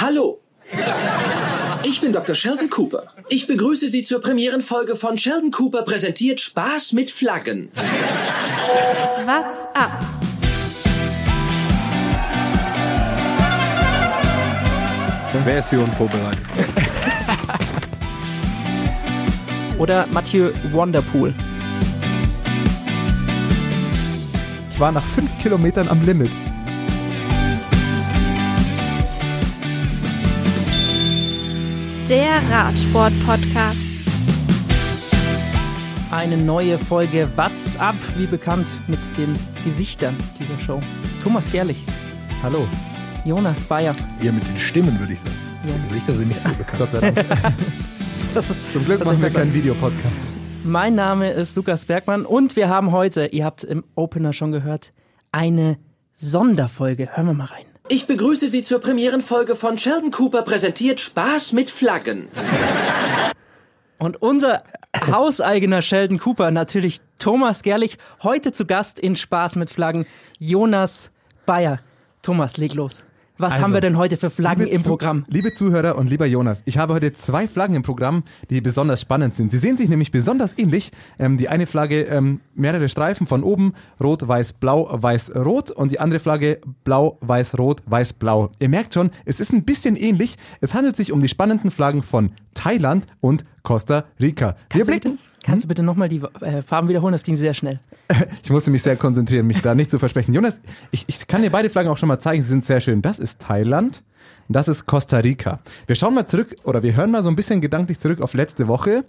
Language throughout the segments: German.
Hallo, ich bin Dr. Sheldon Cooper. Ich begrüße Sie zur Premierenfolge von Sheldon Cooper präsentiert Spaß mit Flaggen. What's up? Version vorbereitet. Oder Mathieu Wonderpool. Ich war nach 5 Kilometern am Limit. Der Radsport-Podcast. Eine neue Folge What's up, wie bekannt mit den Gesichtern dieser Show. Thomas Gerlich. Hallo. Jonas Bayer. Eher mit den Stimmen, würde ich sagen. Ja. Die Gesichter sind nicht so bekannt. Gott sei Dank. Das ist Zum Glück machen wir keinen Videopodcast. Mein Name ist Lukas Bergmann und wir haben heute, ihr habt im Opener schon gehört, eine Sonderfolge. Hören wir mal rein. Ich begrüße Sie zur Premierenfolge von Sheldon Cooper präsentiert Spaß mit Flaggen. Und unser hauseigener Sheldon Cooper, natürlich Thomas Gerlich, heute zu Gast in Spaß mit Flaggen, Jonas Bayer. Thomas, leg los. Was haben wir denn heute für Flaggen im Programm? Liebe Zuhörer und lieber Jonas, ich habe heute 2 Flaggen im Programm, die besonders spannend sind. Sie sehen sich nämlich besonders ähnlich. Die eine Flagge, mehrere Streifen von oben, rot, weiß, blau, weiß, rot. Und die andere Flagge, blau, weiß, rot, weiß, blau. Ihr merkt schon, es ist ein bisschen ähnlich. Es handelt sich um die spannenden Flaggen von Thailand und Costa Rica. Kannst du bitte nochmal die Farben wiederholen? Das ging sehr schnell. Ich musste mich sehr konzentrieren, mich da nicht zu versprechen. Jonas, ich kann dir beide Flaggen auch schon mal zeigen, sie sind sehr schön. Das ist Thailand, das ist Costa Rica. Wir schauen mal zurück, oder wir hören mal so ein bisschen gedanklich zurück auf letzte Woche.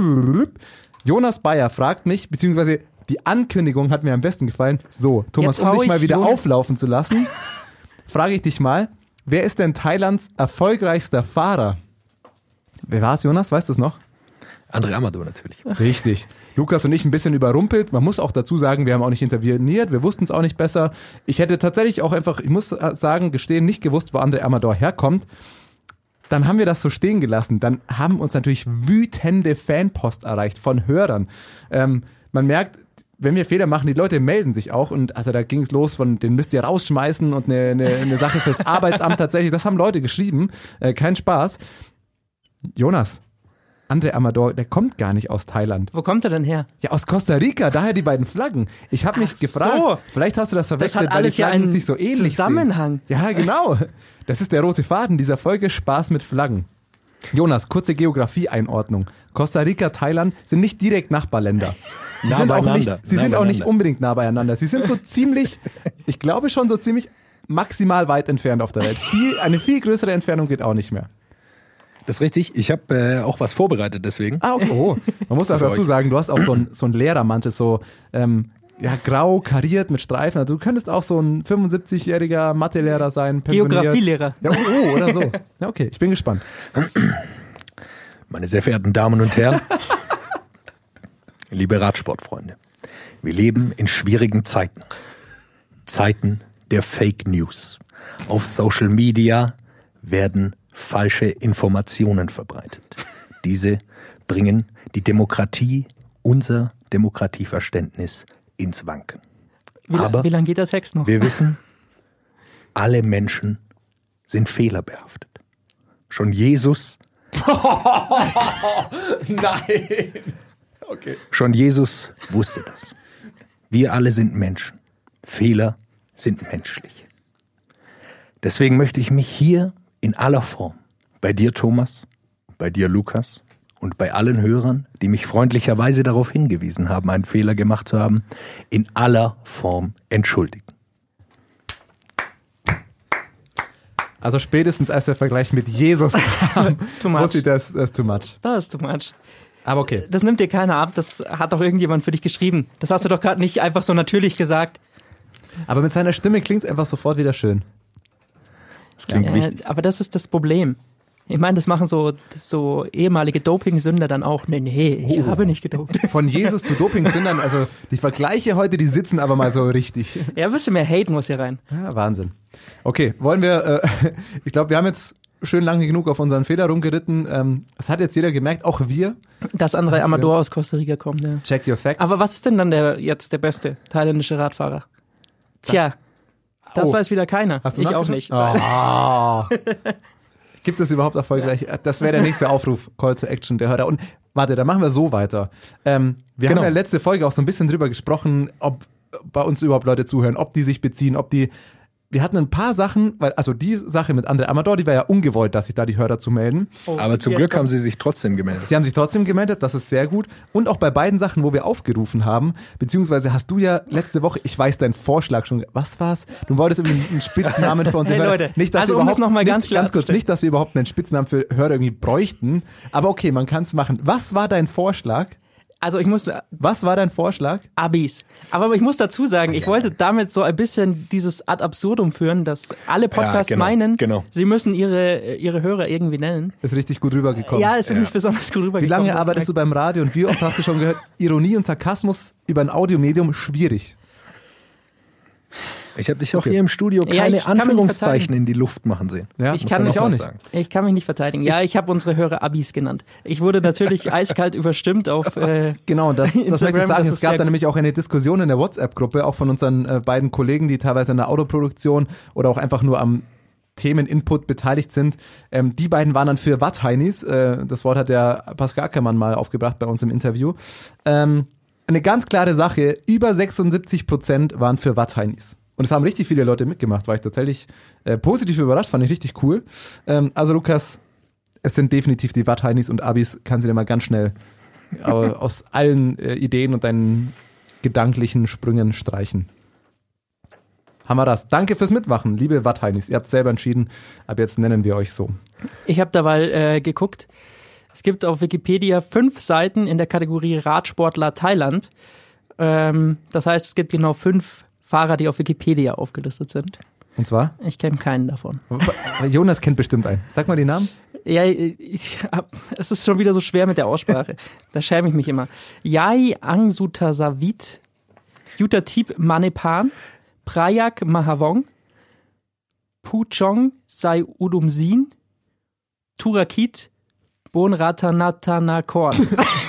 Jonas Bayer fragt mich, beziehungsweise die Ankündigung hat mir am besten gefallen. So, Thomas, um dich mal wieder auflaufen zu lassen, frage ich dich mal, wer ist denn Thailands erfolgreichster Fahrer? Wer war es, Jonas? Weißt du es noch? André Amador natürlich. Richtig. Lukas und ich ein bisschen überrumpelt. Man muss auch dazu sagen, wir haben auch nicht interveniert, wir wussten es auch nicht besser. Ich hätte tatsächlich auch einfach, ich muss sagen, gestehen, nicht gewusst, wo André Amador herkommt. Dann haben wir das so stehen gelassen. Dann haben uns natürlich wütende Fanpost erreicht von Hörern. Man merkt, wenn wir Fehler machen, die Leute melden sich auch. Und also da ging es los von, den müsst ihr rausschmeißen und eine Sache fürs Arbeitsamt tatsächlich. Das haben Leute geschrieben. Kein Spaß. Jonas. André Amador, der kommt gar nicht aus Thailand. Wo kommt er denn her? Ja, aus Costa Rica, daher die beiden Flaggen. Ich habe mich gefragt, vielleicht hast du das verwechselt, weil die Flaggen sich so ähnlich Zusammenhang. sehen. Ja, genau. Das ist der rote Faden dieser Folge Spaß mit Flaggen. Jonas, kurze Geografie-Einordnung. Costa Rica, Thailand sind nicht direkt Nachbarländer. Sie sind auch nicht unbedingt nah beieinander. Sie sind so ziemlich, ich glaube schon so ziemlich maximal weit entfernt auf der Welt. Eine viel größere Entfernung geht auch nicht mehr. Das ist richtig. Ich habe auch was vorbereitet deswegen. Okay. Oh. Man muss dazu sagen, du hast auch so einen Lehrermantel, so grau kariert mit Streifen. Also du könntest auch so ein 75-jähriger Mathelehrer sein. Geografielehrer. Ja, oder so. Ja, okay, ich bin gespannt. Meine sehr verehrten Damen und Herren, liebe Radsportfreunde, wir leben in schwierigen Zeiten. Zeiten der Fake News. Auf Social Media werden falsche Informationen verbreitet. Diese bringen die Demokratie, unser Demokratieverständnis ins Wanken. Wie lange geht der Text noch? Wir wissen, alle Menschen sind fehlerbehaftet. Schon Jesus. Nein. Okay. Schon Jesus wusste das. Wir alle sind Menschen. Fehler sind menschlich. Deswegen möchte ich mich hier in aller Form, bei dir Thomas, bei dir Lukas und bei allen Hörern, die mich freundlicherweise darauf hingewiesen haben, einen Fehler gemacht zu haben, in aller Form entschuldigen. Also spätestens als der Vergleich mit Jesus kam, wusste ich, das ist too much. Das ist too much. Aber okay. Das nimmt dir keiner ab, das hat doch irgendjemand für dich geschrieben. Das hast du doch gerade nicht einfach so natürlich gesagt. Aber mit seiner Stimme klingt es einfach sofort wieder schön. Das klingt wichtig. Aber das ist das Problem. Ich meine, das machen so ehemalige Doping-Sünder dann auch. Nee, ich habe nicht gedopt. Von Jesus zu Doping-Sündern, also die Vergleiche heute, die sitzen aber mal so richtig. Ja, ein bisschen mehr Haten muss hier rein. Ja, Wahnsinn. Okay, wollen wir, ich glaube, wir haben jetzt schön lange genug auf unseren Fehler rumgeritten. Das hat jetzt jeder gemerkt, auch wir. Dass André Amador aus Costa Rica kommt, ja. Check your facts. Aber was ist denn dann jetzt der beste thailändische Radfahrer? Tja, das weiß wieder keiner. Hast du ich auch nicht. Oh. Gibt es überhaupt erfolgreich? Das wäre der nächste Aufruf, Call to Action, der Hörer. Und warte, da machen wir so weiter. Wir haben ja letzte Folge auch so ein bisschen drüber gesprochen, ob bei uns überhaupt Leute zuhören, ob die sich beziehen, wir hatten ein paar Sachen, also die Sache mit André Amador, die war ja ungewollt, dass sich da die Hörer zu melden. Aber zum Glück haben sie sich trotzdem gemeldet. Sie haben sich trotzdem gemeldet, das ist sehr gut. Und auch bei beiden Sachen, wo wir aufgerufen haben, beziehungsweise hast du ja letzte Woche, ich weiß deinen Vorschlag schon, was war's? Du wolltest irgendwie einen Spitznamen für unsere Hörer. Leute, nicht, dass also wir um das nochmal ganz kurz, nicht, dass wir überhaupt einen Spitznamen für Hörer irgendwie bräuchten, aber okay, man kann es machen. Was war dein Vorschlag? Also Was war dein Vorschlag? Abis. Aber ich muss dazu sagen, ich wollte damit so ein bisschen dieses ad absurdum führen, dass alle Podcasts meinen, sie müssen ihre Hörer irgendwie nennen. Ist richtig gut rübergekommen. Ja, es ist nicht besonders gut rübergekommen. Wie lange arbeitest du beim Radio und wie oft hast du schon gehört, Ironie und Sarkasmus über ein Audiomedium schwierig? Ich habe dich auch hier im Studio keine Anführungszeichen in die Luft machen sehen. Ja, ich kann mich auch nicht. Ich kann mich nicht verteidigen. Ja, ich habe unsere Hörer Abis genannt. Ich wurde natürlich eiskalt überstimmt auf Genau, das möchte ich sagen. Es gab da nämlich auch eine Diskussion in der WhatsApp-Gruppe, auch von unseren beiden Kollegen, die teilweise in der Autoproduktion oder auch einfach nur am Themeninput beteiligt sind. Die beiden waren dann für Wattheinis. Das Wort hat der Pascal Ackermann mal aufgebracht bei uns im Interview. Eine ganz klare Sache, über 76% waren für Wattheinis. Und es haben richtig viele Leute mitgemacht, war ich tatsächlich positiv überrascht, fand ich richtig cool. Also Lukas, es sind definitiv die Wattheinis und Abis, kannst du dir mal ganz schnell aus allen Ideen und deinen gedanklichen Sprüngen streichen. Haben wir das. Danke fürs Mitmachen, liebe Wattheinis. Ihr habt selber entschieden, ab jetzt nennen wir euch so. Ich habe dabei geguckt, es gibt auf Wikipedia 5 Seiten in der Kategorie Radsportler Thailand. Das heißt, es gibt genau 5 Fahrer, die auf Wikipedia aufgelistet sind. Und zwar? Ich kenne keinen davon. Jonas kennt bestimmt einen. Sag mal die Namen. Ja, es ist schon wieder so schwer mit der Aussprache. Da schäme ich mich immer. Yai Angsutasavit, Yutatip Manepan, Prayak Mahavong, Puchong Sai Udumsin, Turakit Bonratanatanakor.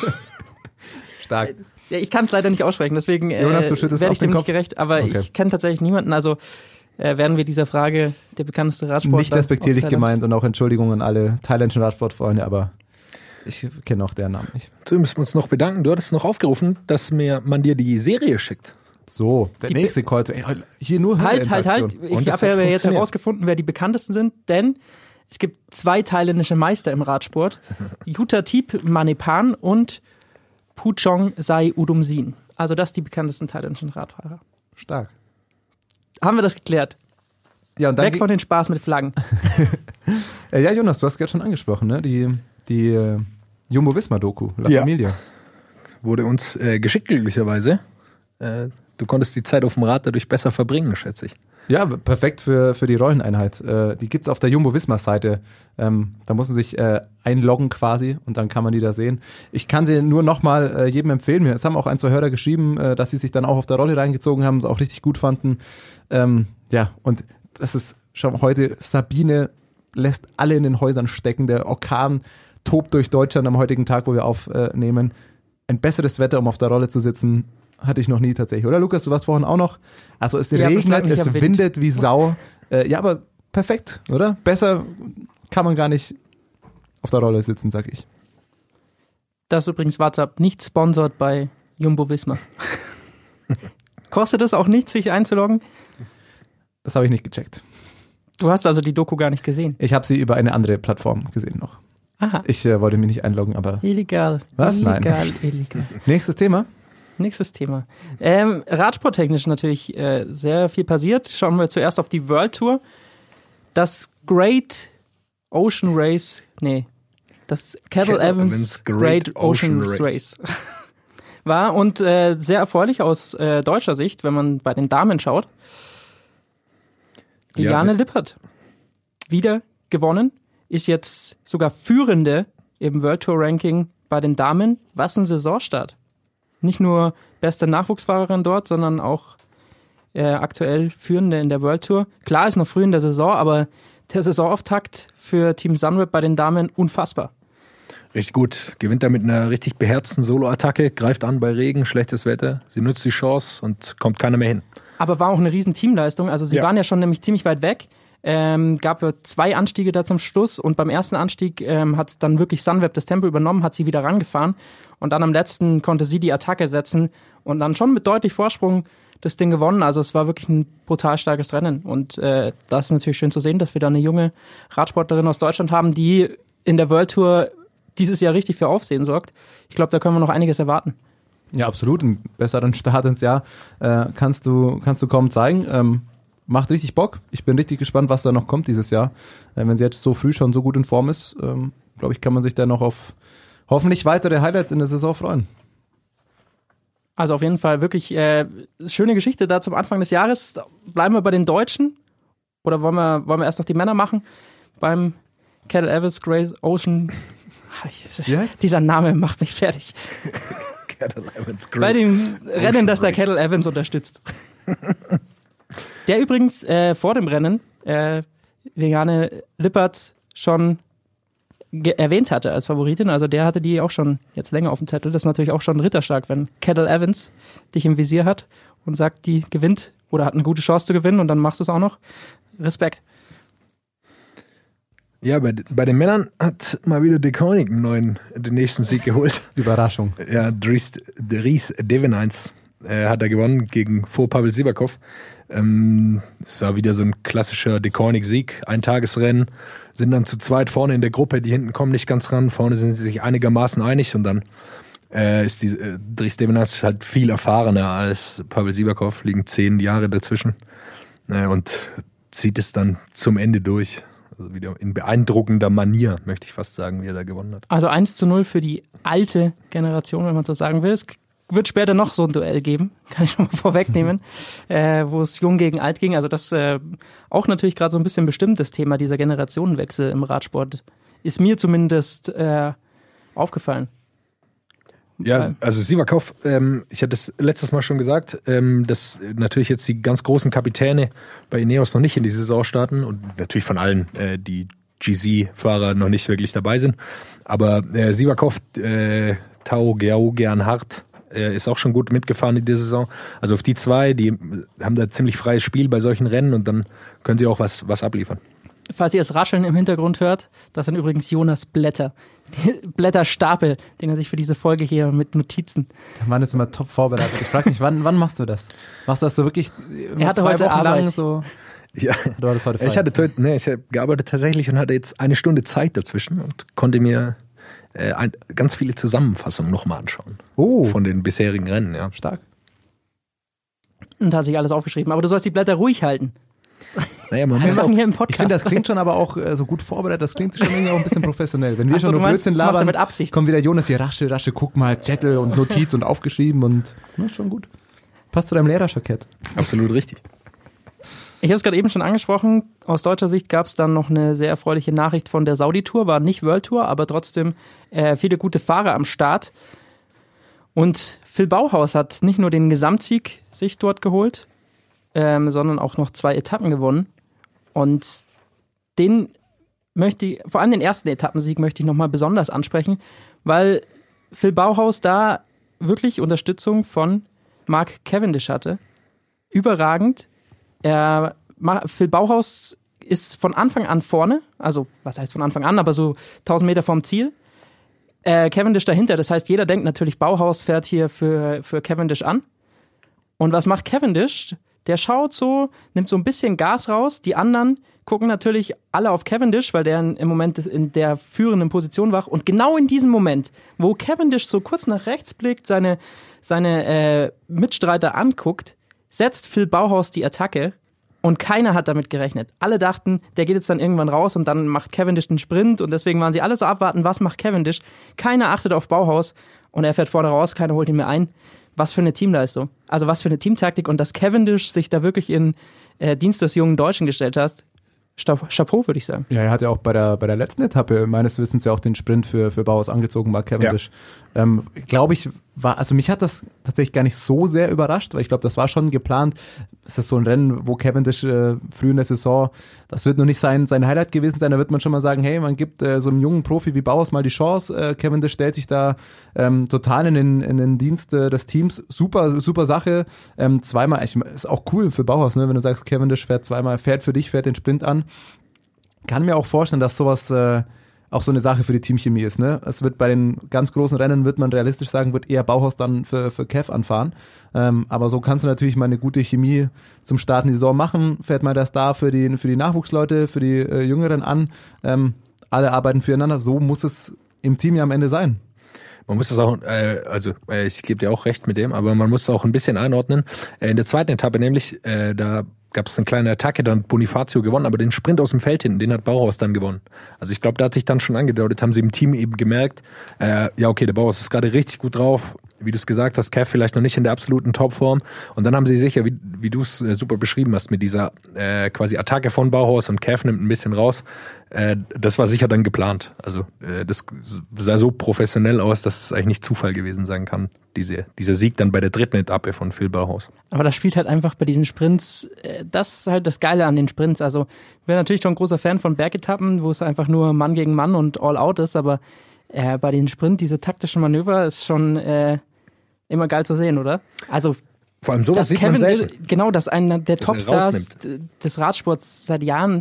Stark. Ja, ich kann es leider nicht aussprechen, deswegen Jonas, werde ich dem nicht gerecht, aber okay. Ich kenne tatsächlich niemanden, also werden wir dieser Frage der bekannteste Radsportler nicht respektierlich gemeint und auch Entschuldigung an alle thailändischen Radsportfreunde, aber ich kenne auch deren Namen nicht. So, wir müssen uns noch bedanken, du hattest noch aufgerufen, dass man dir die Serie schickt. So, der nächste Call. Hier nur Halt. Ich habe ja jetzt herausgefunden, wer die bekanntesten sind, denn es gibt 2 thailändische Meister im Radsport, Yutatip Manepan und Puchong Sai Udumsin. Also das die bekanntesten thailändischen Radfahrer. Stark. Haben wir das geklärt? Ja, und dann weg von den Spaß mit Flaggen. Ja, Jonas, du hast gerade schon angesprochen, ne? Die Jumbo-Visma-Doku, La Familia. Wurde uns geschickt, glücklicherweise. Du konntest die Zeit auf dem Rad dadurch besser verbringen, schätze ich. Ja, perfekt für die Rolleneinheit. Die gibt's auf der Jumbo-Visma-Seite. Da muss man sich einloggen quasi und dann kann man die da sehen. Ich kann sie nur nochmal jedem empfehlen. Es haben auch 1, 2 Hörer geschrieben, dass sie sich dann auch auf der Rolle reingezogen haben, es auch richtig gut fanden. Ja, und das ist schon heute, Sabine lässt alle in den Häusern stecken. Der Orkan tobt durch Deutschland am heutigen Tag, wo wir aufnehmen. Ein besseres Wetter, um auf der Rolle zu sitzen, hatte ich noch nie tatsächlich. Oder Lukas, du warst vorhin auch noch. Also es regnet, es windet wie Sau. Ja, aber perfekt, oder? Besser kann man gar nicht auf der Rolle sitzen, sag ich. Das ist übrigens WhatsApp nicht sponsored bei Jumbo-Visma. Kostet es auch nichts, sich einzuloggen? Das habe ich nicht gecheckt. Du hast also die Doku gar nicht gesehen? Ich habe sie über eine andere Plattform gesehen noch. Aha. Ich wollte mich nicht einloggen, aber... Illegal. Was? Illegal. Nächstes Thema. Radsporttechnisch natürlich sehr viel passiert. Schauen wir zuerst auf die World Tour. Das das Cadel Evans Great Ocean Race war und sehr erfreulich aus deutscher Sicht, wenn man bei den Damen schaut. Liliane Lippert wieder gewonnen, ist jetzt sogar Führende im World Tour Ranking bei den Damen. Was ein Saisonstart. Nicht nur beste Nachwuchsfahrerin dort, sondern auch aktuell Führende in der World Tour. Klar, ist noch früh in der Saison, aber der Saisonauftakt für Team Sunweb bei den Damen unfassbar. Richtig gut. Gewinnt da mit einer richtig beherzten Solo-Attacke, greift an bei Regen, schlechtes Wetter. Sie nutzt die Chance und kommt keiner mehr hin. Aber war auch eine riesen Teamleistung. Also sie waren ja schon nämlich ziemlich weit weg. Gab ja 2 Anstiege da zum Schluss und beim ersten Anstieg hat dann wirklich Sunweb das Tempo übernommen, hat sie wieder rangefahren und dann am letzten konnte sie die Attacke setzen und dann schon mit deutlich Vorsprung das Ding gewonnen. Also es war wirklich ein brutal starkes Rennen und das ist natürlich schön zu sehen, dass wir da eine junge Radsportlerin aus Deutschland haben, die in der World Tour dieses Jahr richtig für Aufsehen sorgt. Ich glaube, da können wir noch einiges erwarten. Ja, absolut. Einen besseren Start ins Jahr kannst du kaum zeigen. Macht richtig Bock. Ich bin richtig gespannt, was da noch kommt dieses Jahr. Wenn sie jetzt so früh schon so gut in Form ist, glaube ich, kann man sich da noch auf hoffentlich weitere Highlights in der Saison freuen. Also auf jeden Fall wirklich schöne Geschichte da zum Anfang des Jahres. Bleiben wir bei den Deutschen oder wollen wir erst noch die Männer machen? Beim Cadel Evans Grace Ocean. Dieser Name macht mich fertig. Cadel Evans Bei dem Rennen, das der Cadel Evans unterstützt. Der übrigens vor dem Rennen Liane Lippert schon erwähnt hatte als Favoritin. Also der hatte die auch schon jetzt länger auf dem Zettel. Das ist natürlich auch schon Ritterschlag, wenn Cadel Evans dich im Visier hat und sagt, die gewinnt oder hat eine gute Chance zu gewinnen und dann machst du es auch noch. Respekt. Ja, bei den Männern hat mal wieder De Koning den nächsten Sieg geholt. Überraschung. Ja, Dries Devenijns hat er gewonnen vor Pavel Sivakov. Es war wieder so ein klassischer De Koning-Sieg, Eintagesrennen, sind dann zu zweit vorne in der Gruppe, die hinten kommen nicht ganz ran, vorne sind sie sich einigermaßen einig und dann ist Dries Devenijns halt viel erfahrener als Pavel Sivakov, liegen 10 Jahre dazwischen und zieht es dann zum Ende durch. Also wieder in beeindruckender Manier, möchte ich fast sagen, wie er da gewonnen hat. Also 1:0 für die alte Generation, wenn man so sagen will. Es wird später noch so ein Duell geben, kann ich schon mal vorwegnehmen, wo es jung gegen alt ging. Also das auch natürlich gerade so ein bisschen bestimmt, das Thema dieser Generationenwechsel im Radsport. Ist mir zumindest aufgefallen. Ja, also Sivakov, ich hatte es letztes Mal schon gesagt, dass natürlich jetzt die ganz großen Kapitäne bei Ineos noch nicht in die Saison starten und natürlich von allen die GC-Fahrer noch nicht wirklich dabei sind. Aber Sivakov, Tao Geoghegan-Hart ist auch schon gut mitgefahren in der Saison. Also auf die 2, die haben da ziemlich freies Spiel bei solchen Rennen und dann können sie auch was abliefern. Falls ihr das Rascheln im Hintergrund hört, das sind übrigens Jonas Blätter. Blätterstapel, den er sich für diese Folge hier mit Notizen. Der Mann ist immer top vorbereitet. Ich frage mich, wann machst du das? Machst du das so wirklich er hatte 2 heute Wochen Arbeit. lang so? Ja, Oder war das heute frei? ich habe gearbeitet tatsächlich und hatte jetzt 1 Stunde Zeit dazwischen und konnte mir ganz viele Zusammenfassungen nochmal anschauen. Von den bisherigen Rennen, ja. Stark. Und hat sich alles aufgeschrieben. Aber du sollst die Blätter ruhig halten. Naja, man Wir muss machen auch, hier einen Podcast. Ich finde, das klingt schon aber auch so gut vorbereitet, das klingt schon irgendwie auch ein bisschen professionell. Wenn wir Ach so, schon du nur meinst, Blödsinn das macht er labern, mit Absicht. kommt wieder Jonas hier, rasche, guck mal, Zettel und Notiz und aufgeschrieben und schon gut. Passt zu deinem Lehrerjackett. absolut richtig. Ich habe es gerade eben schon angesprochen. Aus deutscher Sicht gab es dann noch eine sehr erfreuliche Nachricht von der Saudi-Tour. War nicht World Tour, aber trotzdem viele gute Fahrer am Start. Und Phil Bauhaus hat nicht nur den Gesamtsieg sich dort geholt, sondern auch noch 2 Etappen gewonnen. Und vor allem den ersten Etappensieg möchte ich nochmal besonders ansprechen, weil Phil Bauhaus da wirklich Unterstützung von Mark Cavendish hatte. Überragend. Phil Bauhaus ist von Anfang an vorne, also was heißt von Anfang an, aber so 1000 Meter vom Ziel. Cavendish dahinter, das heißt, jeder denkt natürlich, Bauhaus fährt hier für Cavendish an. Und was macht Cavendish? Der schaut so, nimmt so ein bisschen Gas raus, die anderen gucken natürlich alle auf Cavendish, weil der im Moment in der führenden Position war. Und genau in diesem Moment, wo Cavendish so kurz nach rechts blickt, seine Mitstreiter anguckt, setzt Phil Bauhaus die Attacke und keiner hat damit gerechnet. Alle dachten, der geht jetzt dann irgendwann raus und dann macht Cavendish den Sprint und deswegen waren sie alle so abwarten, was macht Cavendish? Keiner achtet auf Bauhaus und er fährt vorne raus, keiner holt ihn mehr ein. Was für eine Teamleistung. Also was für eine Teamtaktik und dass Cavendish sich da wirklich in Dienst des jungen Deutschen gestellt hat. Chapeau, würde ich sagen. Ja, er hat ja auch bei der letzten Etappe meines Wissens ja auch den Sprint für Bauhaus angezogen, war Cavendish. Ja. Glaube ich, also mich hat das tatsächlich gar nicht so sehr überrascht, weil ich glaube, das war schon geplant. Das ist so ein Rennen, wo Cavendish früh in der Saison, das wird noch nicht sein Highlight gewesen sein. Da wird man schon mal sagen, hey, man gibt so einem jungen Profi wie Bauhaus mal die Chance. Cavendish stellt sich da total in den Dienst des Teams. Super Sache. Zweimal, ist auch cool für Bauhaus, ne? Wenn du sagst, Cavendish fährt für dich, fährt den Sprint an. Kann mir auch vorstellen, dass sowas auch so eine Sache für die Teamchemie ist, ne? Es wird bei den ganz großen Rennen, wird man realistisch sagen, wird eher Bauhaus dann für Kev anfahren. Aber so kannst du natürlich mal eine gute Chemie zum Starten die Saison machen. Fährt mal der Star für die Nachwuchsleute, für die Jüngeren an. Alle arbeiten füreinander. So muss es im Team ja am Ende sein. Man muss es auch, ich gebe dir auch recht mit dem, aber man muss es auch ein bisschen einordnen. In der zweiten Etappe nämlich, da gab es eine kleine Attacke, dann hat Bonifacio gewonnen, aber den Sprint aus dem Feld hinten, den hat Bauhaus dann gewonnen. Also ich glaube, da hat sich dann schon angedeutet, haben sie im Team eben gemerkt, ja okay, der Bauhaus ist gerade richtig gut drauf, wie du es gesagt hast, Kev vielleicht noch nicht in der absoluten Topform. Und dann haben sie sicher, wie du es super beschrieben hast, mit dieser quasi Attacke von Bauhaus und Kev nimmt ein bisschen raus, das war sicher dann geplant. Also das sah so professionell aus, dass es eigentlich nicht Zufall gewesen sein kann, dieser Sieg dann bei der dritten Etappe von Phil Bauhaus. Aber das spielt halt einfach bei diesen Sprints, das ist halt das Geile an den Sprints. Also ich bin natürlich schon ein großer Fan von Bergetappen, wo es einfach nur Mann gegen Mann und all out ist, aber bei den Sprint, diese taktischen Manöver ist schon immer geil zu sehen, oder? Also vor allem sowas sieht man selten. Genau, dass einer der Topstars des Radsports seit Jahren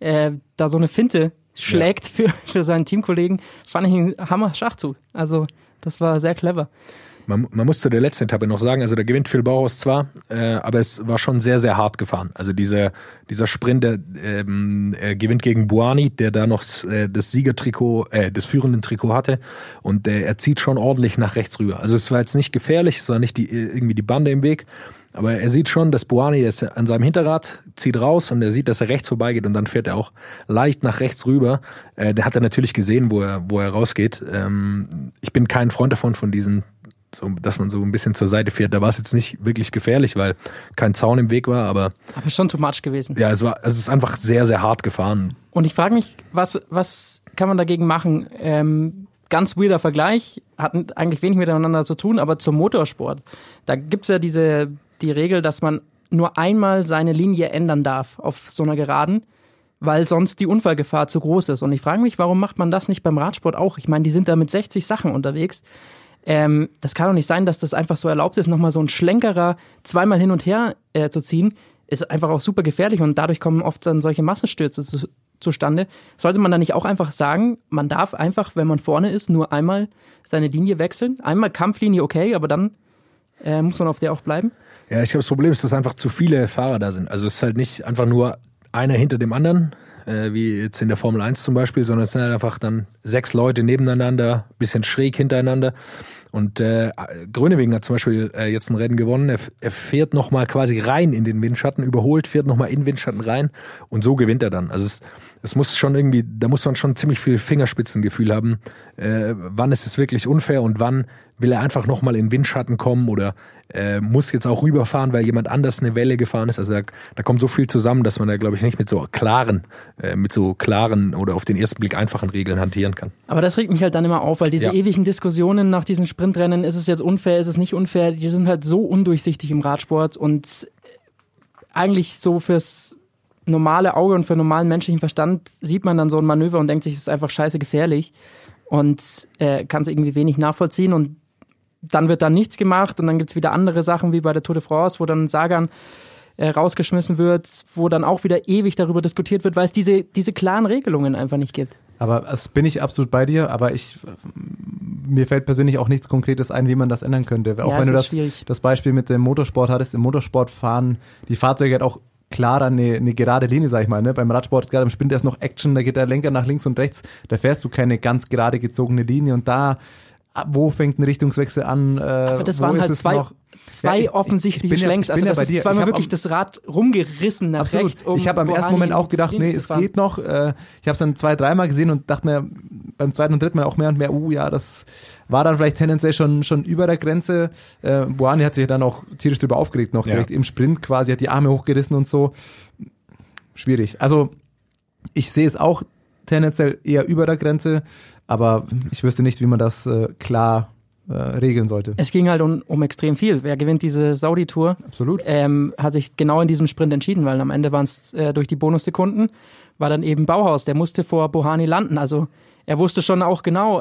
da so eine Finte schlägt für seinen Teamkollegen, fand ich einen Hammer-Schachzug. Also das war sehr clever. Man muss zu der letzten Etappe noch sagen, also da gewinnt Phil Bauhaus zwar, aber es war schon sehr, sehr hart gefahren. Also dieser Sprint, der gewinnt gegen Buani, der da noch das Siegertrikot, das führenden Trikot hatte, und er zieht schon ordentlich nach rechts rüber. Also es war jetzt nicht gefährlich, es war nicht irgendwie die Bande im Weg, aber er sieht schon, dass Buani ist an seinem Hinterrad, zieht raus und er sieht, dass er rechts vorbeigeht und dann fährt er auch leicht nach rechts rüber. Der hat er natürlich gesehen, wo er rausgeht. Ich bin kein Freund davon, von diesen, so, dass man so ein bisschen zur Seite fährt. Da war es jetzt nicht wirklich gefährlich, weil kein Zaun im Weg war, aber schon too much gewesen. Ja, es ist einfach sehr, sehr hart gefahren. Und ich frage mich, was kann man dagegen machen? Ganz weirder Vergleich, hatten eigentlich wenig miteinander zu tun, aber zum Motorsport. Da gibt's ja die Regel, dass man nur einmal seine Linie ändern darf auf so einer Geraden, weil sonst die Unfallgefahr zu groß ist. Und ich frage mich, warum macht man das nicht beim Radsport auch? Ich meine, die sind da mit 60 Sachen unterwegs. Das kann doch nicht sein, dass das einfach so erlaubt ist, nochmal so ein Schlenkerer zweimal hin und her zu ziehen. Ist einfach auch super gefährlich und dadurch kommen oft dann solche Massenstürze zustande. Sollte man da nicht auch einfach sagen, man darf einfach, wenn man vorne ist, nur einmal seine Linie wechseln? Einmal Kampflinie okay, aber dann muss man auf der auch bleiben? Ja, ich glaube, das Problem ist, dass einfach zu viele Fahrer da sind. Also es ist halt nicht einfach nur einer hinter dem anderen, wie jetzt in der Formel 1 zum Beispiel, sondern es sind halt einfach dann 6 Leute nebeneinander, bisschen schräg hintereinander. Und Groenewegen hat zum Beispiel jetzt ein Rennen gewonnen. Er fährt nochmal quasi rein in den Windschatten, überholt, fährt nochmal in den Windschatten rein und so gewinnt er dann. Also es muss schon irgendwie, da muss man schon ziemlich viel Fingerspitzengefühl haben, wann ist es wirklich unfair und wann will er einfach nochmal in den Windschatten kommen oder muss jetzt auch rüberfahren, weil jemand anders eine Welle gefahren ist. Also da kommt so viel zusammen, dass man da, glaube ich, nicht mit so klaren oder auf den ersten Blick einfachen Regeln hantieren kann. Aber das regt mich halt dann immer auf, weil diese ewigen Diskussionen nach diesen Sprintrennen, ist es jetzt unfair, ist es nicht unfair, die sind halt so undurchsichtig im Radsport und eigentlich so fürs normale Auge und für normalen menschlichen Verstand sieht man dann so ein Manöver und denkt sich, es ist einfach scheiße gefährlich und kann es irgendwie wenig nachvollziehen und dann wird da nichts gemacht und dann gibt's wieder andere Sachen wie bei der Tour de France, wo dann Sagan rausgeschmissen wird, wo dann auch wieder ewig darüber diskutiert wird, weil es diese klaren Regelungen einfach nicht gibt. Aber das bin ich absolut bei dir, aber mir fällt persönlich auch nichts Konkretes ein, wie man das ändern könnte. Auch wenn du das Beispiel mit dem Motorsport hattest, im Motorsport fahren die Fahrzeuge halt auch klarer eine gerade Linie, sag ich mal. Ne? Beim Radsport, gerade im Sprint, ist noch Action, da geht der Lenker nach links und rechts, da fährst du keine ganz gerade gezogene Linie und da wo fängt ein Richtungswechsel an? Aber das waren halt zwei offensichtliche Schlenks. Also das ist zweimal wirklich das Rad rumgerissen nach rechts. Ich habe am ersten Moment auch gedacht, nee, es geht noch. Ich habe es dann 2-3 Mal gesehen und dachte mir beim zweiten und dritten Mal auch mehr und mehr, ja, das war dann vielleicht tendenziell schon über der Grenze. Buani hat sich dann auch tierisch drüber aufgeregt, noch direkt im Sprint quasi, hat die Arme hochgerissen und so. Schwierig. Also ich sehe es auch tendenziell eher über der Grenze, aber ich wüsste nicht, wie man das klar regeln sollte. Es ging halt um extrem viel. Wer gewinnt diese Saudi-Tour? Absolut. Hat sich genau in diesem Sprint entschieden, weil am Ende waren es durch die Bonussekunden, war dann eben Bauhaus, der musste vor Bouhanni landen. Also er wusste schon auch genau,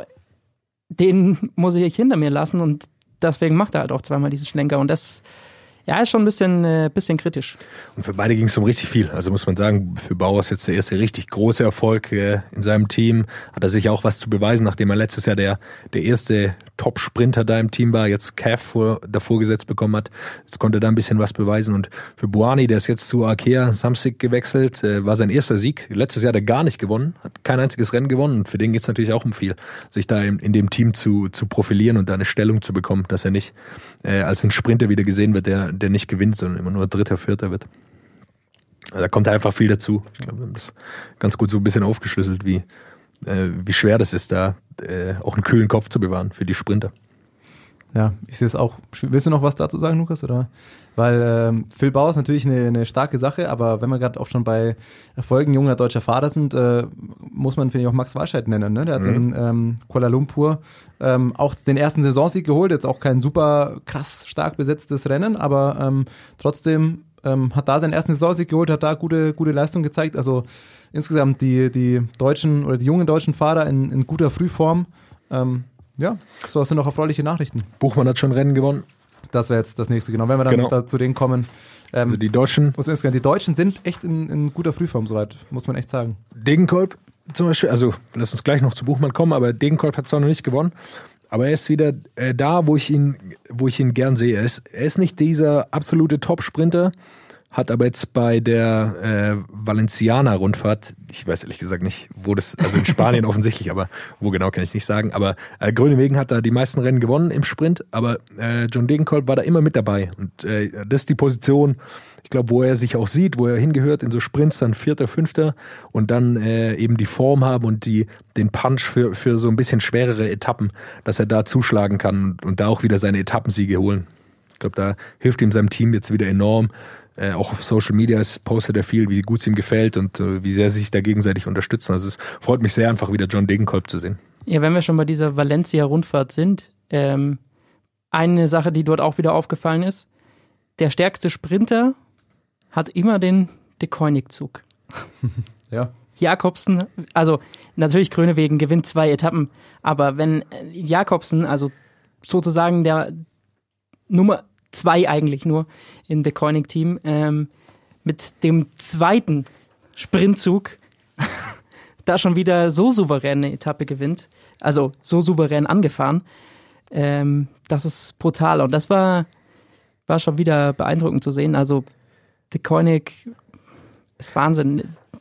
den muss ich hinter mir lassen und deswegen macht er halt auch zweimal diesen Schlenker und das ist schon ein bisschen kritisch. Und für beide ging es um richtig viel. Also muss man sagen, für Bauhaus jetzt der erste richtig große Erfolg in seinem Team. Hat er sich auch was zu beweisen, nachdem er letztes Jahr der erste Top-Sprinter da im Team war, jetzt Cav davor gesetzt bekommen hat. Jetzt konnte er da ein bisschen was beweisen. Und für Bouhanni, der ist jetzt zu Arkea Samsic gewechselt, war sein erster Sieg. Letztes Jahr hat er gar nicht gewonnen, hat kein einziges Rennen gewonnen. Und für den geht es natürlich auch um viel, sich da in dem Team zu profilieren und da eine Stellung zu bekommen, dass er nicht als ein Sprinter wieder gesehen wird, der nicht gewinnt, sondern immer nur Dritter, Vierter wird. Also da kommt einfach viel dazu. Ich glaube, wir haben das ganz gut so ein bisschen aufgeschlüsselt, wie schwer das ist, da auch einen kühlen Kopf zu bewahren für die Sprinter. Ja, ich sehe es auch. Willst du noch was dazu sagen, Lukas? Oder? Weil Phil Bauer ist natürlich eine starke Sache, aber wenn wir gerade auch schon bei Erfolgen junger deutscher Fahrer sind, muss man, finde ich, auch Max Walscheid nennen. Ne? Der hat in Kuala Lumpur auch den ersten Saisonsieg geholt, jetzt auch kein super krass stark besetztes Rennen, aber trotzdem hat da seinen ersten Saisonsieg geholt, hat da gute Leistung gezeigt. Also insgesamt die deutschen oder die jungen deutschen Fahrer in guter Frühform. Ja, so hast du noch erfreuliche Nachrichten. Buchmann hat schon Rennen gewonnen. Das wäre jetzt das nächste, genau. Wenn wir dann da zu denen kommen. Also die Deutschen. Die Deutschen sind echt in guter Frühform soweit, muss man echt sagen. Degenkolb zum Beispiel, also lass uns gleich noch zu Buchmann kommen, aber Degenkolb hat zwar noch nicht gewonnen, aber er ist wieder da, wo ich ihn gern sehe. Er ist nicht dieser absolute Top-Sprinter, hat aber jetzt bei der Valenciana-Rundfahrt, ich weiß ehrlich gesagt nicht, wo das, also in Spanien offensichtlich, aber wo genau kann ich nicht sagen, aber Groenewegen hat da die meisten Rennen gewonnen im Sprint, aber John Degenkolb war da immer mit dabei und das ist die Position, ich glaube, wo er sich auch sieht, wo er hingehört, in so Sprints dann Vierter, Fünfter und dann eben die Form haben und den Punch für so ein bisschen schwerere Etappen, dass er da zuschlagen kann und da auch wieder seine Etappensiege holen. Ich glaube, da hilft ihm seinem Team jetzt wieder enorm. Auch auf Social Media postet er viel, wie gut es ihm gefällt und wie sehr sie sich da gegenseitig unterstützen. Also es freut mich sehr, einfach wieder John Degenkolb zu sehen. Ja, wenn wir schon bei dieser Valencia-Rundfahrt sind, eine Sache, die dort auch wieder aufgefallen ist, der stärkste Sprinter hat immer den De Koenig-Zug. Ja. Jakobsen, also natürlich Groenewegen gewinnt 2 Etappen, aber wenn Jakobsen, also sozusagen der Nummer 2 eigentlich nur im De Koenig-Team, mit dem zweiten Sprintzug da schon wieder so souverän eine Etappe gewinnt, also so souverän angefahren, das ist brutal und das war schon wieder beeindruckend zu sehen. Also De Koenig ist Wahnsinn.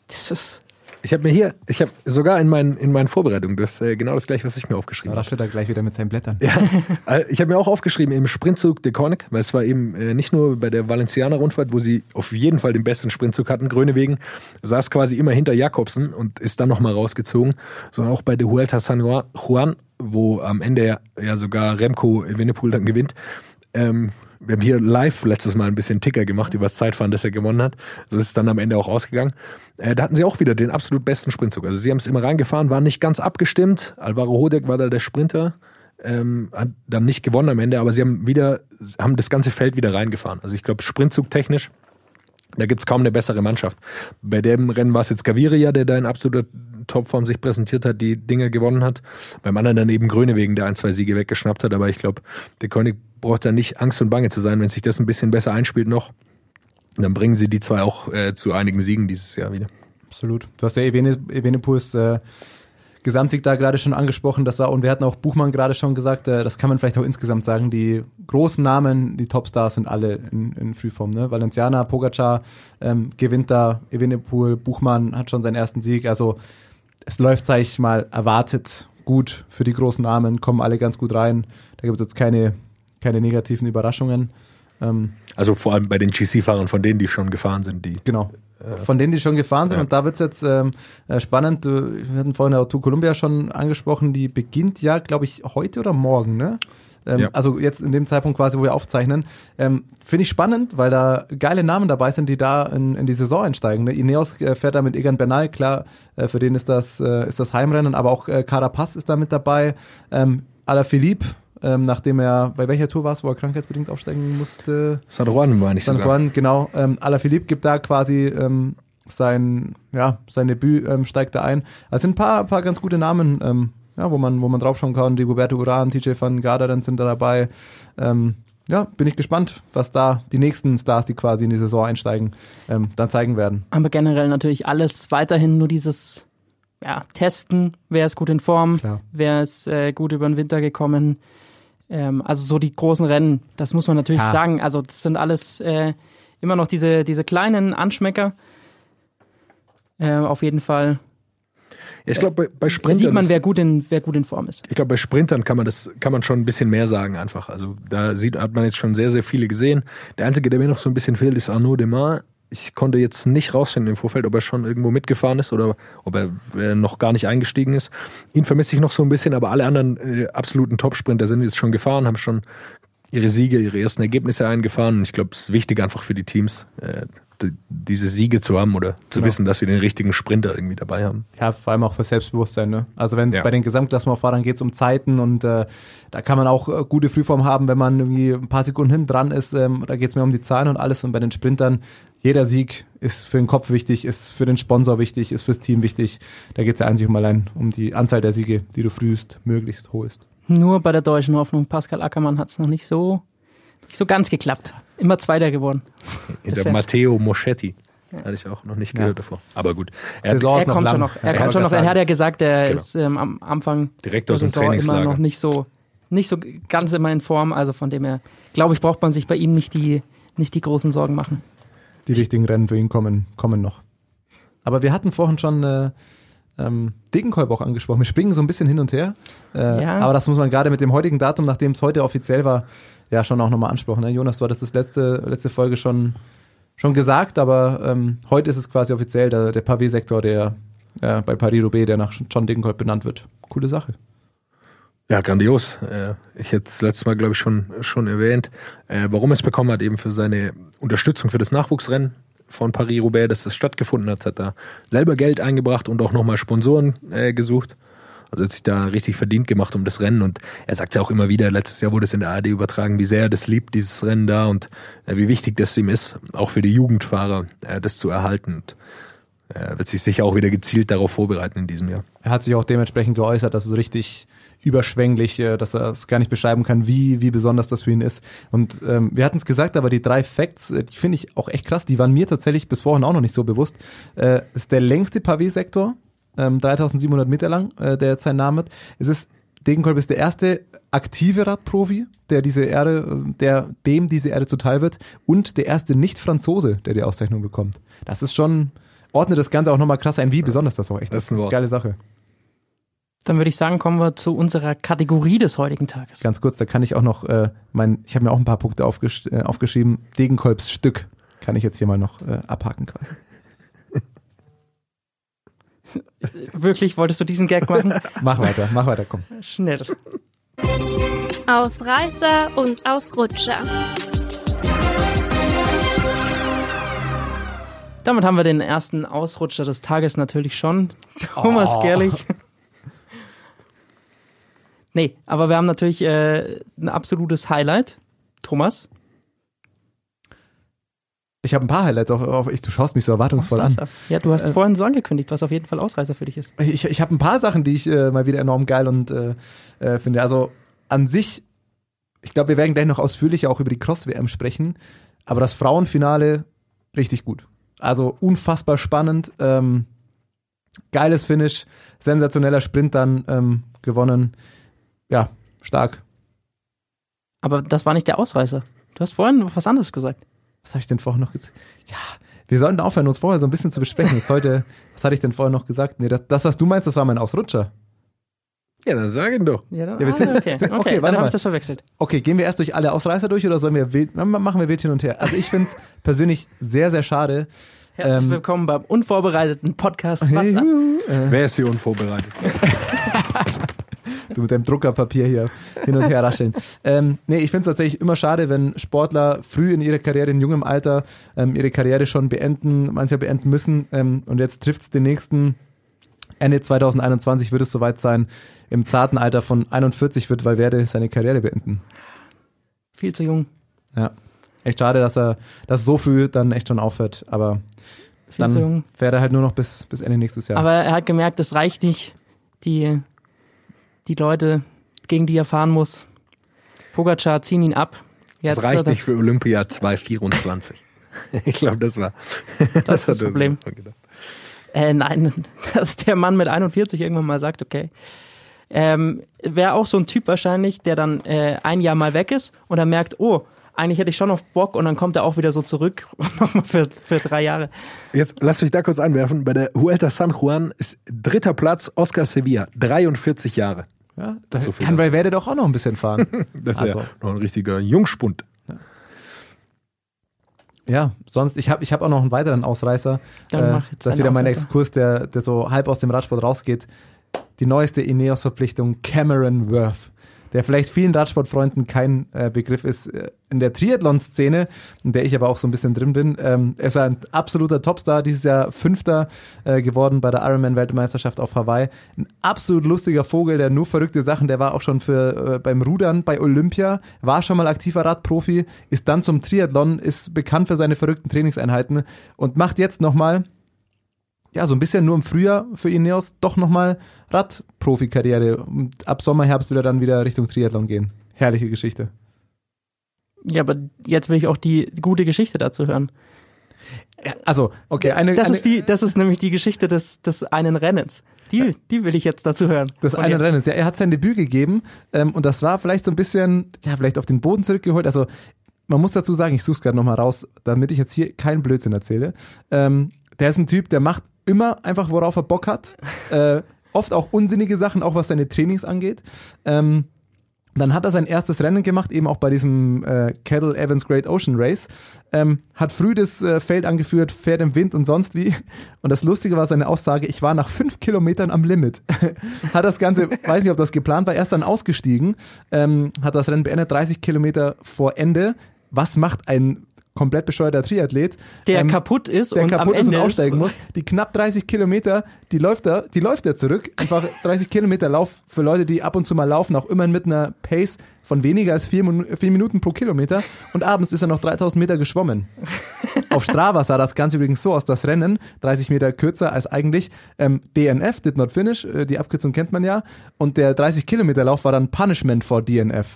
Ich habe sogar in meinen Vorbereitungen, das genau das gleiche, was ich mir aufgeschrieben habe. Da rascht er gleich wieder mit seinen Blättern. Ja, ich habe mir auch aufgeschrieben, im Sprintzug De Koenig, weil es war eben nicht nur bei der Valenciana-Rundfahrt, wo sie auf jeden Fall den besten Sprintzug hatten, Groenewegen saß quasi immer hinter Jakobsen und ist dann nochmal rausgezogen, sondern auch bei der Vuelta San Juan, wo am Ende ja sogar Remco Evenepoel dann gewinnt. Wir haben hier live letztes Mal ein bisschen Ticker gemacht über das Zeitfahren, das er gewonnen hat. So ist es dann am Ende auch ausgegangen. Da hatten sie auch wieder den absolut besten Sprintzug. Also sie haben es immer reingefahren, waren nicht ganz abgestimmt. Alvaro Hodeg war da der Sprinter, hat dann nicht gewonnen am Ende, aber sie haben das ganze Feld wieder reingefahren. Also ich glaube, Sprintzug technisch, da gibt's kaum eine bessere Mannschaft. Bei dem Rennen war es jetzt Gaviria, der da in absoluter Topform sich präsentiert hat, die Dinge gewonnen hat. Beim anderen dann eben Groenewegen, der 1-2 Siege weggeschnappt hat. Aber ich glaube, der Koenig braucht da nicht Angst und Bange zu sein, wenn sich das ein bisschen besser einspielt noch. Dann bringen sie die zwei auch zu einigen Siegen dieses Jahr wieder. Absolut. Du hast ja Evenepoels Gesamtsieg da gerade schon angesprochen, und wir hatten auch Buchmann gerade schon gesagt, das kann man vielleicht auch insgesamt sagen, die großen Namen, die Topstars sind alle in Frühform, ne? Valenciana, Pogacar gewinnt da, Evenepoel, Buchmann hat schon seinen ersten Sieg, also es läuft, sag ich mal, erwartet gut für die großen Namen, kommen alle ganz gut rein, da gibt es jetzt keine negativen Überraschungen. Also vor allem bei den GC-Fahrern, von denen die schon gefahren sind. Genau. Von denen, die schon gefahren sind. Ja. Und da wird es jetzt spannend. Wir hatten vorhin auch Tour Columbia schon angesprochen. Die beginnt ja, glaube ich, heute oder morgen, ne? Ja. Also jetzt in dem Zeitpunkt quasi, wo wir aufzeichnen. Finde ich spannend, weil da geile Namen dabei sind, die da in die Saison einsteigen. Ne? Ineos fährt da mit Egan Bernal, klar, für den ist das Heimrennen, aber auch Carapaz ist da mit dabei. Alaphilippe nachdem er, bei welcher Tour war es, wo er krankheitsbedingt aufsteigen musste? San Juan meine ich San sogar. Juan, genau. Alaphilippe gibt da quasi sein Debüt, steigt da ein. Also sind ein paar ganz gute Namen, wo man draufschauen kann. Rigoberto Urán, TJ van Garderen sind da dabei. Bin ich gespannt, was da die nächsten Stars, die quasi in die Saison einsteigen, dann zeigen werden. Aber generell natürlich alles weiterhin nur dieses Testen, wer ist gut in Form, Klar. wer ist gut über den Winter gekommen. Also so die großen Rennen, das muss man natürlich sagen. Also das sind alles immer noch diese kleinen Anschmecker. Auf jeden Fall. Ich glaube, bei Sprintern sieht man, wer gut in Form ist. Ich glaube, bei Sprintern kann man schon ein bisschen mehr sagen einfach. Also da hat man jetzt schon sehr, sehr viele gesehen. Der Einzige, der mir noch so ein bisschen fehlt, ist Arnaud Démare. Ich konnte jetzt nicht rausfinden im Vorfeld, ob er schon irgendwo mitgefahren ist oder ob er noch gar nicht eingestiegen ist. Ihn vermisse ich noch so ein bisschen, aber alle anderen absoluten Top-Sprinter sind jetzt schon gefahren, haben schon ihre Siege, ihre ersten Ergebnisse eingefahren. Und ich glaube, es ist wichtig einfach für die Teams, diese Siege zu haben oder zu wissen, dass sie den richtigen Sprinter irgendwie dabei haben. Ja, vor allem auch für Selbstbewusstsein. Ne? Also wenn es bei den Gesamtklassementfahrern geht es um Zeiten und da kann man auch gute Frühform haben, wenn man irgendwie ein paar Sekunden hinten dran ist. Da geht es mehr um die Zahlen und alles. Und bei den Sprintern, jeder Sieg ist für den Kopf wichtig, ist für den Sponsor wichtig, ist fürs Team wichtig. Da geht es ja einzig und allein um die Anzahl der Siege, die du frühest möglichst holst. Nur bei der deutschen Hoffnung, Pascal Ackermann hat es noch nicht so ganz geklappt. Immer Zweiter geworden. Der Matteo Moschetti. Hatte ich auch noch nicht gehört davor. Aber gut. Er kommt schon noch. Er hat ja gesagt, er ist am Anfang direkt aus dem Trainingslager immer noch nicht so ganz immer in Form. Also von dem her, glaube ich, braucht man sich bei ihm nicht die großen Sorgen machen. Die richtigen Rennen für ihn kommen noch. Aber wir hatten vorhin schon Degenkolb auch angesprochen. Wir springen so ein bisschen hin und her. Aber das muss man gerade mit dem heutigen Datum, nachdem es heute offiziell war, ja schon auch nochmal ansprechen. Ne? Jonas, du hattest das letzte Folge schon gesagt, aber heute ist es quasi offiziell der Pavé-Sektor, der bei Paris-Roubaix, der nach John Degenkolb benannt wird. Coole Sache. Ja, grandios. Ich hätte es letztes Mal, glaube ich, schon erwähnt, warum er es bekommen hat, eben für seine Unterstützung für das Nachwuchsrennen von Paris-Roubaix, dass das stattgefunden hat er selber Geld eingebracht und auch nochmal Sponsoren gesucht. Also hat sich da richtig verdient gemacht um das Rennen und er sagt ja auch immer wieder, letztes Jahr wurde es in der ARD übertragen, wie sehr er das liebt, dieses Rennen da und wie wichtig das ihm ist, auch für die Jugendfahrer, das zu erhalten. Und er wird sich sicher auch wieder gezielt darauf vorbereiten in diesem Jahr. Er hat sich auch dementsprechend geäußert, dass es so richtig überschwänglich, dass er es gar nicht beschreiben kann, wie besonders das für ihn ist. Und wir hatten es gesagt, aber die 3 Facts, die finde ich auch echt krass, die waren mir tatsächlich bis vorhin auch noch nicht so bewusst. Ist der längste Pavé-Sektor, 3700 Meter lang, der jetzt seinen Namen hat. Degenkolb ist der erste aktive Radprofi, der diese Ehre zuteil wird und der erste Nicht-Franzose, der die Auszeichnung bekommt. Das ist schon, ordnet das Ganze auch nochmal krass ein, wie besonders das auch echt ist. Eine geile Sache. Dann würde ich sagen, kommen wir zu unserer Kategorie des heutigen Tages. Ganz kurz, da kann ich auch noch, ich habe mir auch ein paar Punkte aufgeschrieben. Degenkolbs Stück kann ich jetzt hier mal noch abhaken quasi. Wirklich, wolltest du diesen Gag machen? Mach weiter, komm. Schnell. Ausreißer und Ausrutscher. Damit haben wir den ersten Ausrutscher des Tages natürlich schon. Thomas Gerlich. Nee, aber wir haben natürlich ein absolutes Highlight. Thomas? Ich habe ein paar Highlights, du schaust mich so erwartungsvoll an. Ja, du hast vorhin so angekündigt, was auf jeden Fall Ausreißer für dich ist. Ich habe ein paar Sachen, die ich mal wieder enorm geil und finde. Also an sich, ich glaube, wir werden gleich noch ausführlicher auch über die Cross-WM sprechen, aber das Frauenfinale richtig gut. Also unfassbar spannend, geiles Finish, sensationeller Sprint dann gewonnen. Ja, stark. Aber das war nicht der Ausreißer. Du hast vorhin was anderes gesagt. Was habe ich denn vorher noch gesagt? Ja, wir sollten aufhören, uns vorher so ein bisschen zu besprechen. Was hatte ich denn vorher noch gesagt? Nee, das, was du meinst, das war mein Ausrutscher. Ja, dann sag ihn doch. Ja, dann, okay, dann habe ich das verwechselt. Okay, gehen wir erst durch alle Ausreißer durch oder sollen wir machen wir wild hin und her? Also ich finde es persönlich sehr, sehr schade. Herzlich willkommen beim unvorbereiteten Podcast. Hey, wer ist hier unvorbereitet? Du mit deinem Druckerpapier hier hin und her rascheln. Nee, ich finde es tatsächlich immer schade, wenn Sportler früh in ihrer Karriere, in jungem Alter, ihre Karriere schon manche beenden müssen und jetzt trifft es den nächsten Ende 2021 wird es soweit sein. Im zarten Alter von 41 wird Valverde seine Karriere beenden. Viel zu jung. Ja, echt schade, dass so früh dann echt schon aufhört, aber Viel zu jung. dann fährt er halt nur noch bis Ende nächstes Jahr. Aber er hat gemerkt, das reicht nicht, die Leute, gegen die er fahren muss. Pogacar ziehen ihn ab. Jetzt das reicht nicht für Olympia 2024. Ich glaube, das war das Problem. Nein, dass der Mann mit 41 irgendwann mal sagt, okay. Wäre auch so ein Typ wahrscheinlich, der dann ein Jahr mal weg ist und dann merkt, oh, eigentlich hätte ich schon noch Bock und dann kommt er auch wieder so zurück nochmal für 3 Jahre. Jetzt lasst mich da kurz einwerfen. Bei der Vuelta San Juan ist 3. Platz Oscar Sevilla, 43 Jahre. Ja, das so kann Valverde doch auch noch ein bisschen fahren. Das ist ja noch ein richtiger Jungspund. Ja, sonst, ich hab auch noch einen weiteren Ausreißer. Das ist wieder mein Exkurs, der so halb aus dem Radsport rausgeht. Die neueste Ineos-Verpflichtung, Cameron Worth, der vielleicht vielen Radsportfreunden kein Begriff ist in der Triathlon-Szene, in der ich aber auch so ein bisschen drin bin. Er ist ein absoluter Topstar, dieses Jahr 5. Geworden bei der Ironman-Weltmeisterschaft auf Hawaii. Ein absolut lustiger Vogel, der nur verrückte Sachen, der war auch schon beim Rudern bei Olympia, war schon mal aktiver Radprofi, ist dann zum Triathlon, ist bekannt für seine verrückten Trainingseinheiten und macht jetzt nochmal, ja, so ein bisschen nur im Frühjahr für Ineos doch nochmal Radprofi-Karriere und ab Sommer, Herbst will er dann wieder Richtung Triathlon gehen. Herrliche Geschichte. Ja, aber jetzt will ich auch die gute Geschichte dazu hören. Also, okay. Das ist nämlich die Geschichte des einen Rennens. Die will ich jetzt dazu hören. Das einen Rennens. Ja, er hat sein Debüt gegeben und das war vielleicht so ein bisschen, ja, vielleicht auf den Boden zurückgeholt. Also, man muss dazu sagen, ich suche es gerade nochmal raus, damit ich jetzt hier keinen Blödsinn erzähle. Der ist ein Typ, der macht immer einfach, worauf er Bock hat. Oft auch unsinnige Sachen, auch was seine Trainings angeht. Dann hat er sein erstes Rennen gemacht, eben auch bei diesem Cadel Evans Great Ocean Race. Hat früh das Feld angeführt, fährt im Wind und sonst wie. Und das Lustige war seine Aussage, ich war nach 5 Kilometern am Limit. Hat das Ganze, weiß nicht, ob das geplant war, erst dann ausgestiegen, hat das Rennen beendet, 30 Kilometer vor Ende. Was macht ein komplett bescheuerter Triathlet, der kaputt ist der und kaputt am ist Ende und aussteigen muss. Die knapp 30 Kilometer, die läuft er zurück. Einfach 30 Kilometer Lauf für Leute, die ab und zu mal laufen, auch immer mit einer Pace von weniger als 4 Minuten pro Kilometer. Und abends ist er noch 3000 Meter geschwommen. Auf Strava sah das Ganze übrigens so aus, das Rennen 30 Meter kürzer als eigentlich. DNF, did not finish, die Abkürzung kennt man ja. Und der 30 Kilometer Lauf war dann Punishment for DNF.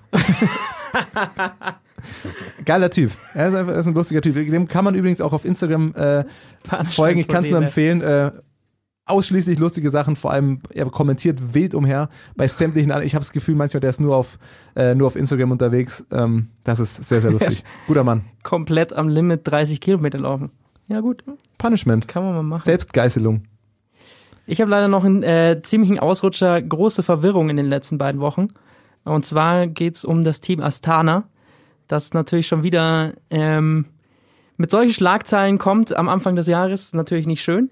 Geiler Typ. Er ist ein lustiger Typ. Dem kann man übrigens auch auf Instagram folgen. Ich kann es nur empfehlen. Ausschließlich lustige Sachen. Vor allem, er kommentiert wild umher bei sämtlichen. Ich habe das Gefühl, manchmal der ist nur auf Instagram unterwegs. Das ist sehr, sehr lustig. Guter Mann. Komplett am Limit 30 Kilometer laufen. Ja gut. Punishment. Kann man mal machen. Selbstgeißelung. Ich habe leider noch einen ziemlichen Ausrutscher, große Verwirrung in den letzten beiden Wochen. Und zwar geht's um das Team Astana, das natürlich schon wieder mit solchen Schlagzeilen kommt am Anfang des Jahres, natürlich nicht schön.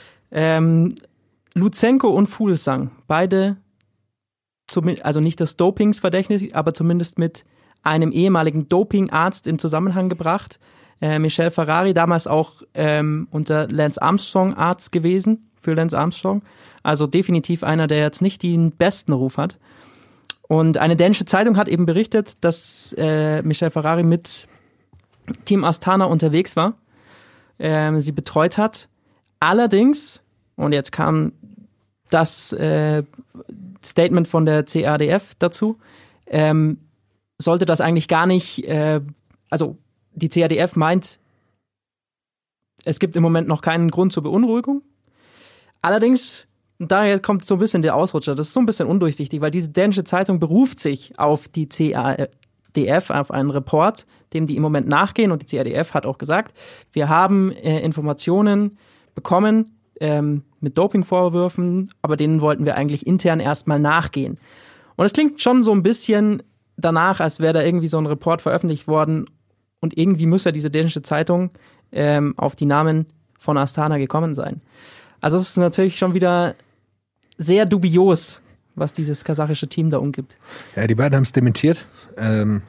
Lutsenko und Fuglsang, beide, also nicht des Dopings verdächtigt, aber zumindest mit einem ehemaligen Dopingarzt in Zusammenhang gebracht. Michel Ferrari, damals auch unter Lance Armstrong Arzt gewesen, für Lance Armstrong. Also definitiv einer, der jetzt nicht den besten Ruf hat. Und eine dänische Zeitung hat eben berichtet, dass Michel Ferrari mit Team Astana unterwegs war, sie betreut hat. Allerdings, und jetzt kam das Statement von der CADF dazu, sollte das eigentlich gar nicht, also die CADF meint, es gibt im Moment noch keinen Grund zur Beunruhigung. Allerdings, daher kommt so ein bisschen der Ausrutscher, das ist so ein bisschen undurchsichtig, weil diese dänische Zeitung beruft sich auf die CADF, auf einen Report, dem die im Moment nachgehen, und die CADF hat auch gesagt, wir haben Informationen bekommen mit Dopingvorwürfen, aber denen wollten wir eigentlich intern erstmal nachgehen. Und es klingt schon so ein bisschen danach, als wäre da irgendwie so ein Report veröffentlicht worden und irgendwie muss ja diese dänische Zeitung auf die Namen von Astana gekommen sein. Also es ist natürlich schon wieder sehr dubios, was dieses kasachische Team da umgibt. Ja, die beiden haben es dementiert.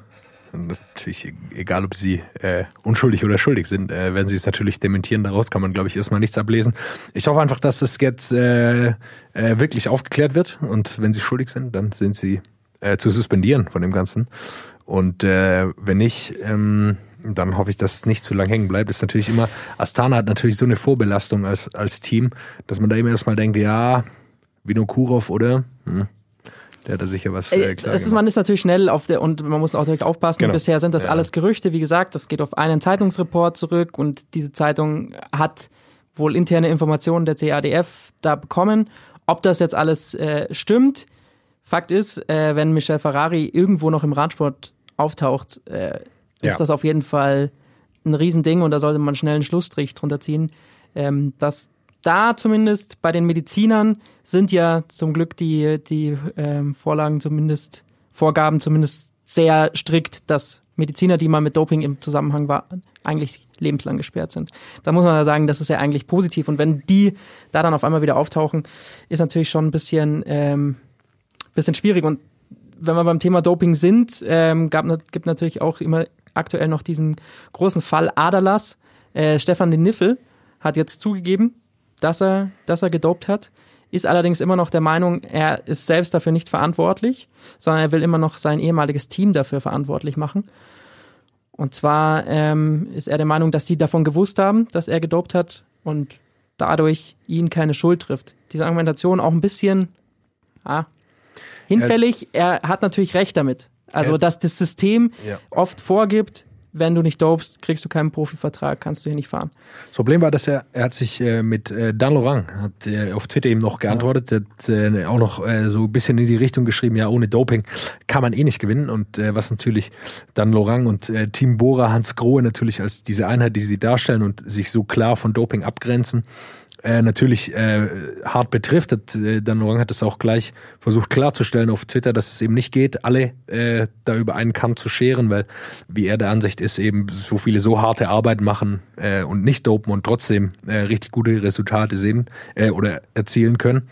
natürlich, egal ob sie unschuldig oder schuldig sind, werden sie es natürlich dementieren. Daraus kann man, glaube ich, erstmal nichts ablesen. Ich hoffe einfach, dass es jetzt wirklich aufgeklärt wird und wenn sie schuldig sind, dann sind sie zu suspendieren von dem Ganzen. Und wenn nicht, dann hoffe ich, dass es nicht zu lang hängen bleibt. Das ist natürlich immer, Astana hat natürlich so eine Vorbelastung als Team, dass man da immer erstmal denkt, ja, Vinokurov oder? Der hat da sicher was klar man ist natürlich schnell und man muss auch direkt aufpassen. Genau. Bisher sind das alles Gerüchte. Wie gesagt, das geht auf einen Zeitungsreport zurück und diese Zeitung hat wohl interne Informationen der CADF da bekommen. Ob das jetzt alles stimmt, Fakt ist, wenn Michel Ferrari irgendwo noch im Radsport auftaucht, ist das auf jeden Fall ein Riesending und da sollte man schnell einen Schlussstrich drunter ziehen. Dass da zumindest bei den Medizinern sind ja zum Glück die Vorgaben zumindest sehr strikt, dass Mediziner, die mal mit Doping im Zusammenhang waren, eigentlich lebenslang gesperrt sind. Da muss man ja sagen, das ist ja eigentlich positiv und wenn die da dann auf einmal wieder auftauchen, ist natürlich schon ein bisschen schwierig und wenn wir beim Thema Doping sind, gibt natürlich auch immer aktuell noch diesen großen Fall Adalas. Stefan de Niffel hat jetzt zugegeben, dass er gedopt hat, ist allerdings immer noch der Meinung, er ist selbst dafür nicht verantwortlich, sondern er will immer noch sein ehemaliges Team dafür verantwortlich machen. Und zwar ist er der Meinung, dass sie davon gewusst haben, dass er gedopt hat und dadurch ihn keine Schuld trifft. Diese Argumentation auch ein bisschen hinfällig. Er hat natürlich recht damit. Also, dass das System oft vorgibt, wenn du nicht dopest, kriegst du keinen Profivertrag, kannst du hier nicht fahren. Das Problem war, dass er hat sich mit Dan Lorang, hat auf Twitter eben noch geantwortet, hat auch noch so ein bisschen in die Richtung geschrieben, ja, ohne Doping kann man eh nicht gewinnen. Und was natürlich Dan Lorang und Team Bora, Hans Grohe natürlich als diese Einheit, die sie darstellen und sich so klar von Doping abgrenzen, natürlich hart betrifft. Dan Lorang hat es auch gleich versucht klarzustellen auf Twitter, dass es eben nicht geht, alle da über einen Kamm zu scheren, weil wie er der Ansicht ist, eben so viele so harte Arbeit machen und nicht dopen und trotzdem richtig gute Resultate sehen oder erzielen können.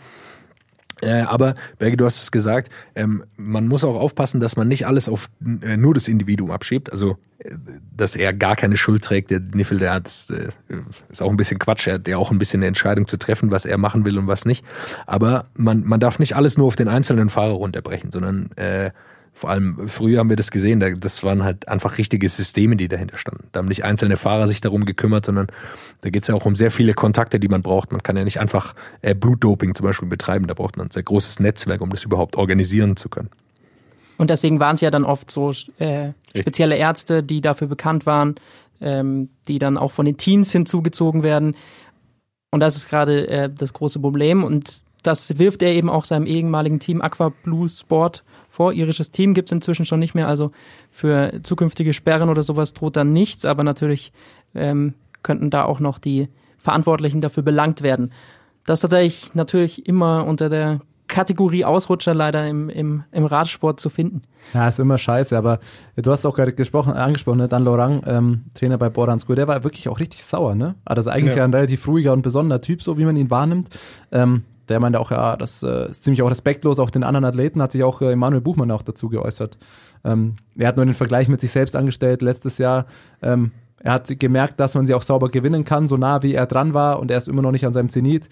Aber, Berge, du hast es gesagt, man muss auch aufpassen, dass man nicht alles auf nur das Individuum abschiebt. Also, dass er gar keine Schuld trägt. Der Niffel, der hat, ist auch ein bisschen Quatsch. Er hat ja auch ein bisschen eine Entscheidung zu treffen, was er machen will und was nicht. Aber man darf nicht alles nur auf den einzelnen Fahrer runterbrechen, sondern vor allem früher haben wir das gesehen, das waren halt einfach richtige Systeme, die dahinter standen. Da haben nicht einzelne Fahrer sich darum gekümmert, sondern da geht es ja auch um sehr viele Kontakte, die man braucht. Man kann ja nicht einfach Blutdoping zum Beispiel betreiben, da braucht man ein sehr großes Netzwerk, um das überhaupt organisieren zu können. Und deswegen waren es ja dann oft so spezielle Ärzte, die dafür bekannt waren, die dann auch von den Teams hinzugezogen werden. Und das ist gerade das große Problem und das wirft er eben auch seinem ehemaligen Team Aqua Blue Sport vor. Irisches Team gibt es inzwischen schon nicht mehr, also für zukünftige Sperren oder sowas droht dann nichts, aber natürlich könnten da auch noch die Verantwortlichen dafür belangt werden. Das ist tatsächlich natürlich immer unter der Kategorie Ausrutscher leider im Radsport zu finden. Ja, ist immer scheiße, aber du hast auch gerade angesprochen, ne? Dan Lorang, Trainer bei Bora Hansgrohe, der war wirklich auch richtig sauer, ne? Aber das ist eigentlich ein relativ ruhiger und besonderer Typ, so wie man ihn wahrnimmt. Der meinte auch, ja, das ist ziemlich auch respektlos, auch den anderen Athleten, hat sich auch Emanuel Buchmann auch dazu geäußert. Er hat nur den Vergleich mit sich selbst angestellt letztes Jahr. Er hat gemerkt, dass man sie auch sauber gewinnen kann, so nah wie er dran war und er ist immer noch nicht an seinem Zenit.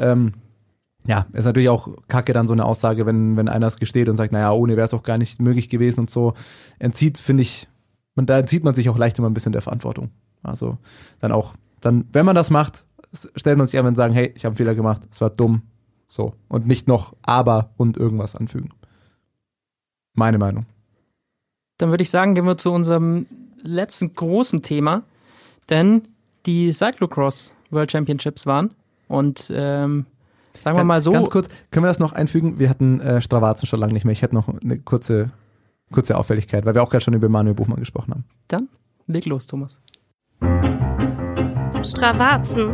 Ja, ist natürlich auch kacke dann so eine Aussage, wenn einer es gesteht und sagt, naja, ohne wäre es auch gar nicht möglich gewesen und so. Da entzieht man sich auch leicht immer ein bisschen der Verantwortung. Also dann, wenn man das macht, stellt man sich an und sagen, hey, ich habe einen Fehler gemacht, es war dumm, so. Und nicht noch aber und irgendwas anfügen. Meine Meinung. Dann würde ich sagen, gehen wir zu unserem letzten großen Thema, denn die Cyclocross World Championships waren und sagen wir mal so. Ganz kurz, können wir das noch einfügen? Wir hatten Stravazen schon lange nicht mehr. Ich hätte noch eine kurze Auffälligkeit, weil wir auch gerade schon über Manuel Buchmann gesprochen haben. Dann leg los, Thomas. Stravazen.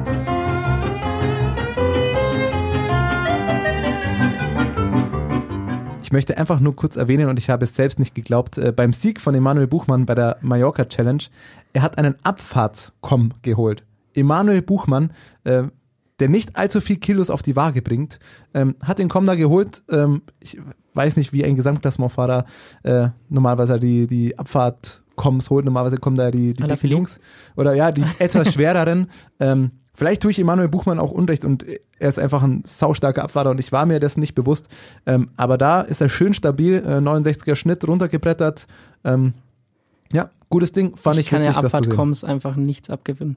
Ich möchte einfach nur kurz erwähnen, und ich habe es selbst nicht geglaubt, beim Sieg von Emanuel Buchmann bei der Mallorca Challenge, er hat einen Abfahrtskom geholt. Emanuel Buchmann, der nicht allzu viel Kilos auf die Waage bringt, hat den Komda geholt. Ich weiß nicht, wie ein Gesamtklassementfahrer normalerweise die Abfahrt-Koms holt. Normalerweise kommen da die dicken Jungs. Oder ja, die etwas schwereren. Vielleicht tue ich Emanuel Buchmann auch Unrecht und er ist einfach ein saustarker Abfahrer und ich war mir dessen nicht bewusst. Aber da ist er schön stabil, 69er Schnitt runtergebrettert. Ja, gutes Ding, fand ich kann witzig, ja das zu sehen. Abfahrt-Koms einfach nichts abgewinnen.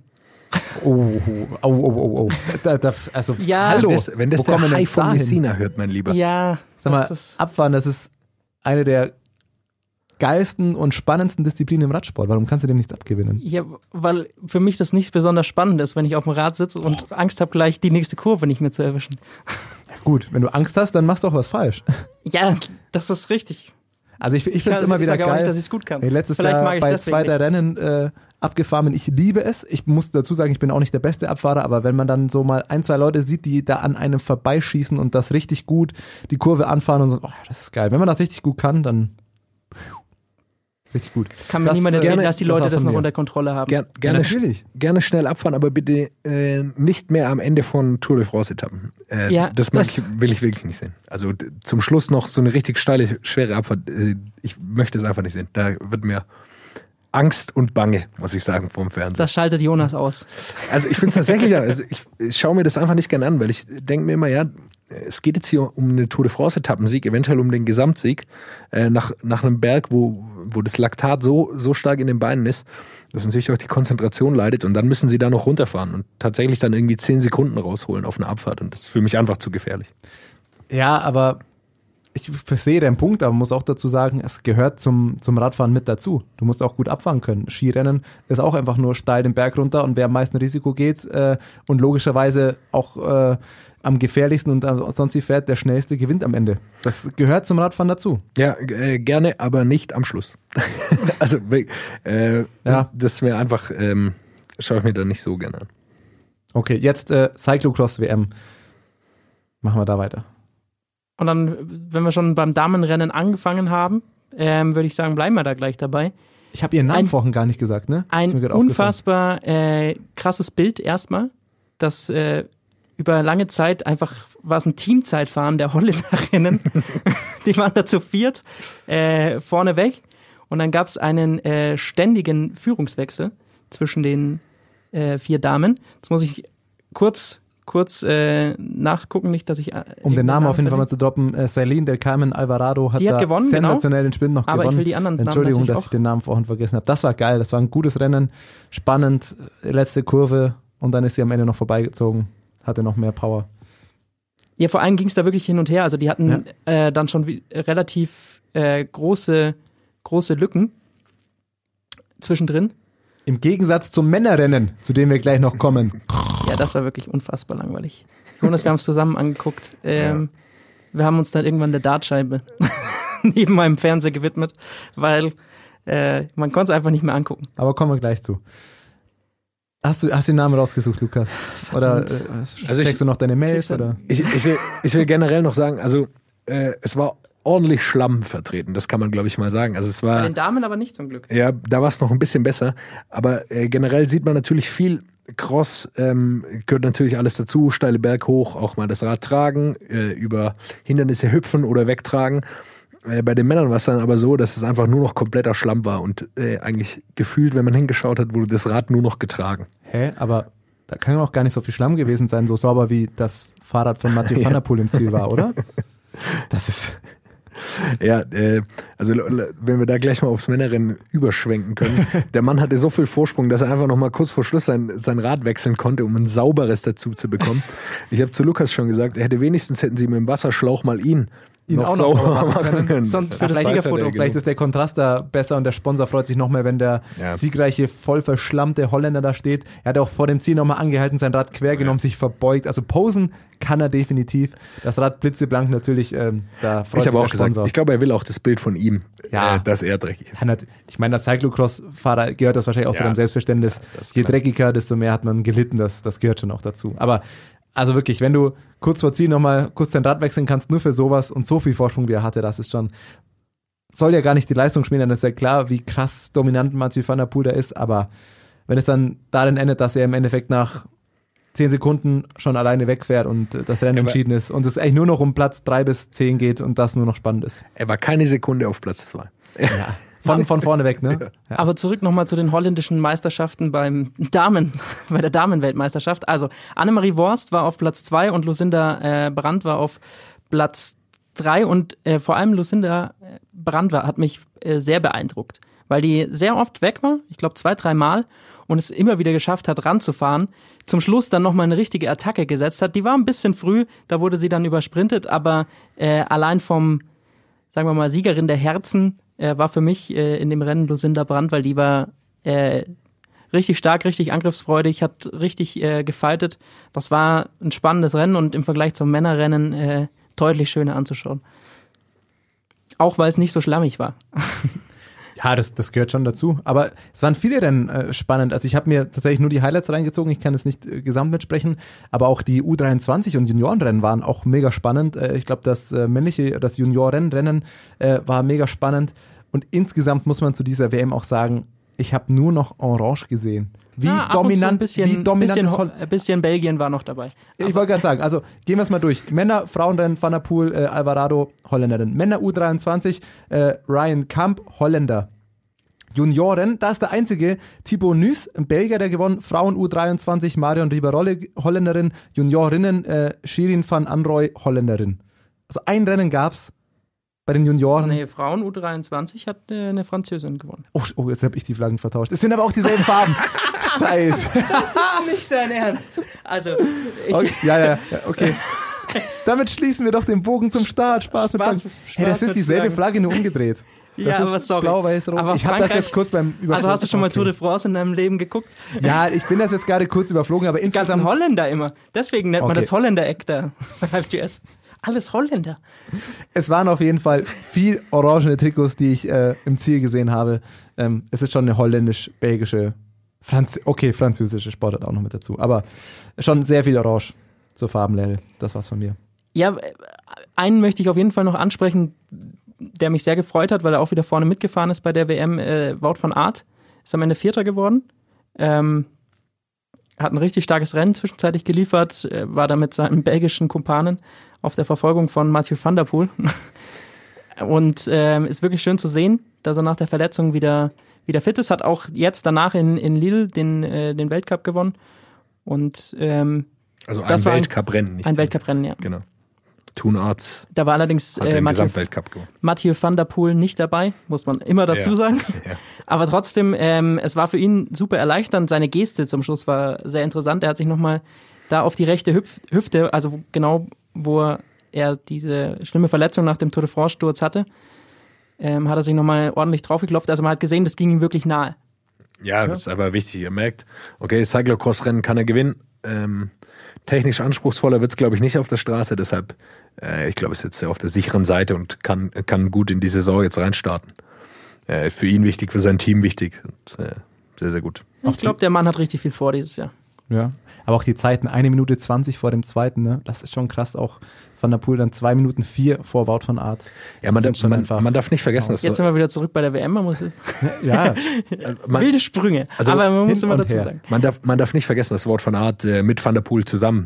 Oh. Also, Ja, hallo. Wenn das wo kommen der wir Hai denn von dahin? Messina hört, mein Lieber. Ja, Sag mal, das ist, Abfahren, das ist eine der geilsten und spannendsten Disziplinen im Radsport. Warum kannst du dem nichts abgewinnen? ja, weil für mich das nicht besonders spannend ist, wenn ich auf dem Rad sitze und Angst habe, gleich die nächste Kurve nicht mehr zu erwischen. Gut, wenn du Angst hast, dann machst du auch was falsch. Ja, das ist richtig. Also ich finde es immer wieder sage auch geil. nicht, dass ich es gut kann. Hey, letztes Vielleicht Jahr mag ich bei deswegen zweiter nicht. Rennen abgefahren bin. Ich liebe es. Ich muss dazu sagen, ich bin auch nicht der beste Abfahrer, aber wenn man dann so mal 1, 2 Leute sieht, die da an einem vorbeischießen und das richtig gut die Kurve anfahren und so, oh, das ist geil. Wenn man das richtig gut kann, dann richtig gut. Kann mir Das, niemand erzählen, gerne- dass die Leute das das von noch mir. unter Kontrolle haben. Gerne, Ja, natürlich. gerne schnell abfahren, aber bitte nicht mehr am Ende von Tour de France-Etappen. Ja, Will ich wirklich nicht sehen. Also zum Schluss noch so eine richtig steile, schwere Abfahrt. Ich möchte es einfach nicht sehen. Da wird mir Angst und Bange, muss ich sagen, vom Fernsehen. Das schaltet Jonas aus. Also ich finde es tatsächlich, also ich schaue mir das einfach nicht gerne an, weil ich denke mir immer, ja, es geht jetzt hier um eine Tour de France-Etappensieg, eventuell um den Gesamtsieg, nach einem Berg, wo das Laktat so stark in den Beinen ist, dass natürlich auch die Konzentration leidet und dann müssen sie da noch runterfahren und tatsächlich dann irgendwie 10 Sekunden rausholen auf eine Abfahrt und das ist für mich einfach zu gefährlich. Ja, aber ich verstehe den Punkt, aber man muss auch dazu sagen, es gehört zum Radfahren mit dazu. Du musst auch gut abfahren können. Skirennen ist auch einfach nur steil den Berg runter und wer am meisten Risiko geht und logischerweise auch am gefährlichsten und sonst wie fährt, der schnellste gewinnt am Ende. Das gehört zum Radfahren dazu. Ja, gerne, aber nicht am Schluss. Also das wäre einfach, schaue ich mir da nicht so gerne an. Okay, jetzt Cyclocross WM. Machen wir da weiter. Und dann, wenn wir schon beim Damenrennen angefangen haben, würde ich sagen, bleiben wir da gleich dabei. Ich habe ihren Namen vorhin gar nicht gesagt, ne? Ist mir Ein gerade aufgefallen. unfassbar krasses Bild erstmal, das über lange Zeit einfach war es ein Teamzeitfahren der Holländerinnen. Die waren da zu viert vorne weg und dann gab es einen ständigen Führungswechsel zwischen den 4 Damen. Jetzt muss ich kurz nachgucken, nicht, dass ich Um den Namen auf jeden Fall mal verliere. zu droppen, Celine del Carmen Alvarado hat Die hat da gewonnen, sensationell den Sprint noch Aber ich gewonnen. will die anderen Namen Entschuldigung, natürlich dass ich auch. den Namen vorhin vergessen habe. Das war geil, das war ein gutes Rennen, spannend, letzte Kurve und dann ist sie am Ende noch vorbeigezogen, hatte noch mehr Power. Ja, vor allem ging es da wirklich hin und her. Also die hatten dann schon relativ große Lücken zwischendrin. Im Gegensatz zum Männerrennen, zu dem wir gleich noch kommen. Ja, das war wirklich unfassbar langweilig. Jonas, wir haben es zusammen angeguckt. Wir haben uns dann irgendwann der Dartscheibe neben meinem Fernseher gewidmet, weil man konnte es einfach nicht mehr angucken. Aber kommen wir gleich zu. Hast du den Namen rausgesucht, Lukas? Oder checkst du noch deine Mails? Oder? Ich will generell noch sagen, also es war ordentlich Schlamm vertreten, das kann man glaube ich mal sagen. Also es Bei war den Damen aber nicht zum Glück. ja, da war es noch ein bisschen besser, aber generell sieht man natürlich viel Cross, gehört natürlich alles dazu, steile Berg hoch, auch mal das Rad tragen, über Hindernisse hüpfen oder wegtragen. Bei den Männern war es dann aber so, dass es einfach nur noch kompletter Schlamm war und eigentlich gefühlt, wenn man hingeschaut hat, wurde das Rad nur noch getragen. Hä? Aber da kann auch gar nicht so viel Schlamm gewesen sein, so sauber wie das Fahrrad von Mathieu van der Poel im Ziel war, oder? Das ist... Ja, also wenn wir da gleich mal aufs Männerrennen überschwenken können. Der Mann hatte so viel Vorsprung, dass er einfach noch mal kurz vor Schluss sein Rad wechseln konnte, um ein sauberes dazu zu bekommen. Ich habe zu Lukas schon gesagt, hätten sie mit dem Wasserschlauch mal ihn noch auch noch sauber sauber machen machen können. Sonst für das weiß Siegerfoto. er, der Vielleicht ist der Kontrast da besser und der Sponsor freut sich noch mehr, wenn der siegreiche, voll verschlammte Holländer da steht. Er hat auch vor dem Ziel nochmal angehalten, sein Rad quer genommen, sich verbeugt. Also posen kann er definitiv. Das Rad blitzeblank natürlich, da freut Ich sich habe auch der gesagt, Sponsor. ich glaube, er will auch das Bild von ihm, Ja. dass er dreckig ist. Ich meine, als Cyclocross-Fahrer gehört das wahrscheinlich auch zu Ja, deinem Selbstverständnis. das ist Je klar. dreckiger, desto mehr hat man gelitten. Das gehört schon auch dazu. Aber also wirklich, wenn du kurz vor Ziel nochmal kurz dein Rad wechseln kannst, nur für sowas und so viel Vorsprung, wie er hatte, das ist schon, soll ja gar nicht die Leistung schmälern, das ist ja klar, wie krass dominant Mathieu van der Poel da ist, aber wenn es dann darin endet, dass er im Endeffekt nach 10 Sekunden schon alleine wegfährt und das Rennen entschieden ist und es eigentlich nur noch um Platz 3 bis 10 geht und das nur noch spannend ist. Er war keine Sekunde auf Platz 2. Ja. Von vorne weg, ne? Ja. Aber zurück nochmal zu den holländischen Meisterschaften bei der Damenweltmeisterschaft. Also Annemarie Worst war auf Platz 2 und Lucinda Brandt war auf Platz 3 und vor allem Lucinda Brandt hat mich sehr beeindruckt, weil die sehr oft weg war, ich glaube 2-3 Mal und es immer wieder geschafft hat, ranzufahren. Zum Schluss dann nochmal eine richtige Attacke gesetzt hat. Die war ein bisschen früh, da wurde sie dann übersprintet, aber allein vom, sagen wir mal, Siegerin der Herzen war für mich in dem Rennen Lucinda Brandt, weil die war richtig stark, richtig angriffsfreudig, hat richtig gefightet. Das war ein spannendes Rennen und im Vergleich zum Männerrennen deutlich schöner anzuschauen. Auch weil es nicht so schlammig war. Ja, das gehört schon dazu. Aber es waren viele Rennen spannend. Also ich habe mir tatsächlich nur die Highlights reingezogen. Ich kann es nicht gesamt mitsprechen. Aber auch die U23 und Juniorenrennen waren auch mega spannend. Ich glaube, das Juniorenrennen war mega spannend. Und insgesamt muss man zu dieser WM auch sagen, ich habe nur noch Orange gesehen. Wie dominant, ein bisschen Belgien war noch dabei. Ich wollte gerade sagen, also gehen wir es mal durch. Männer, Frauenrennen, Van der Poel, Alvarado, Holländerin. Männer U23, Ryan Kamp, Holländer. Junioren, da ist der einzige, Thibaut Nys, ein Belgier, der gewonnen. Frauen U23, Marion Riberolle, Holländerin. Juniorinnen, Shirin van Anrooy, Holländerin. Also ein Rennen gab's bei den Junioren. Nee, Frauen U23 hat eine Französin gewonnen. Oh, jetzt habe ich die Flaggen vertauscht. Es sind aber auch dieselben Farben. Scheiße. Das ist nicht dein Ernst. Also, Ja, okay. Damit schließen wir doch den Bogen zum Start. Spaß mit Flaggen. Hey, das ist dieselbe Flagge, nur umgedreht. Ja, das aber ist sorry. Blau-Weiß-Rot. Aber Ich habe das jetzt kurz beim Überflogen. Also hast du schon mal Tour de France in deinem Leben geguckt? Ja, ich bin das jetzt gerade kurz überflogen, aber Ganz insgesamt... ein Holländer immer. Deswegen nennt man das Holländer-Eck da bei FGS. Alles Holländer. Es waren auf jeden Fall viel orangene Trikots, die ich im Ziel gesehen habe. Es ist schon eine holländisch-belgische, französische Sportart auch noch mit dazu. Aber schon sehr viel Orange zur Farbenlehre. Das war's von mir. Ja, einen möchte ich auf jeden Fall noch ansprechen, der mich sehr gefreut hat, weil er auch wieder vorne mitgefahren ist bei der WM. Wout van Aert ist am Ende Vierter geworden. Hat ein richtig starkes Rennen zwischenzeitlich geliefert, war da mit seinem belgischen Kumpanen auf der Verfolgung von Mathieu van der Poel. Und ist wirklich schön zu sehen, dass er nach der Verletzung wieder fit ist. Hat auch jetzt danach in Lille den Weltcup gewonnen. Und also ein Weltcuprennen. Ein Weltcuprennen, ja. Genau. Toon Arts. Da war allerdings Mathieu van der Poel nicht dabei, muss man immer dazu sagen. Ja. Aber trotzdem, es war für ihn super erleichternd. Seine Geste zum Schluss war sehr interessant. Er hat sich nochmal da auf die rechte Hüfte, also genau, wo er diese schlimme Verletzung nach dem Tour de France-Sturz hatte, hat er sich nochmal ordentlich draufgeklopft. Also man hat gesehen, das ging ihm wirklich nahe. Ja, das ist aber wichtig. Ihr merkt, okay, Cyclocross-Rennen kann er gewinnen. Technisch anspruchsvoller wird es, glaube ich, nicht auf der Straße. Deshalb, ich glaube, ist jetzt auf der sicheren Seite und kann gut in die Saison jetzt reinstarten. Für ihn wichtig, für sein Team wichtig. Und, sehr, sehr gut. Ich glaube, der Mann hat richtig viel vor dieses Jahr. Ja, aber auch die Zeiten, 1 Minute 20 vor dem zweiten, ne? Das ist schon krass. Auch Van der Poel dann 2 Minuten 4 vor Wout van Aert. Ja, man darf nicht vergessen, dass jetzt sind wir wieder zurück bei der WM. Man muss ja. Wilde Sprünge. Also aber man muss immer dazu sagen. Man darf nicht vergessen, dass Wout van Aert mit Van der Poel zusammen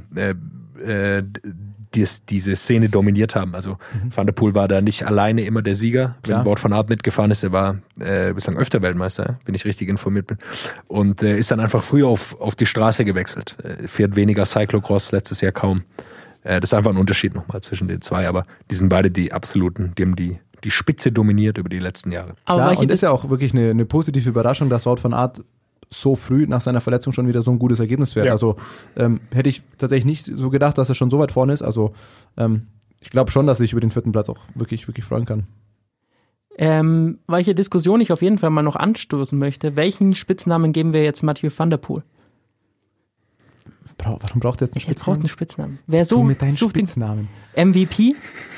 diese Szene dominiert haben. Also Van der Poel war da nicht alleine immer der Sieger. Wenn Wout van Aert mitgefahren ist, er war bislang öfter Weltmeister, wenn ich richtig informiert bin. Und ist dann einfach früher auf die Straße gewechselt. Fährt weniger Cyclocross, letztes Jahr kaum. Das ist einfach ein Unterschied nochmal zwischen den zwei. Aber die sind beide die absoluten, die haben die Spitze dominiert über die letzten Jahre. Aber klar, und ist ja auch wirklich eine positive Überraschung, dass Wout van Aert so früh nach seiner Verletzung schon wieder so ein gutes Ergebnis fährt. Ja. Also hätte ich tatsächlich nicht so gedacht, dass er schon so weit vorne ist. Also ich glaube schon, dass ich über den 4. Platz auch wirklich, wirklich freuen kann. Welche Diskussion ich auf jeden Fall mal noch anstoßen möchte, welchen Spitznamen geben wir jetzt Mathieu van der Poel? Warum braucht er jetzt einen Spitznamen? Er braucht einen Spitznamen. Wer so mit deinen sucht Spitznamen? MVP?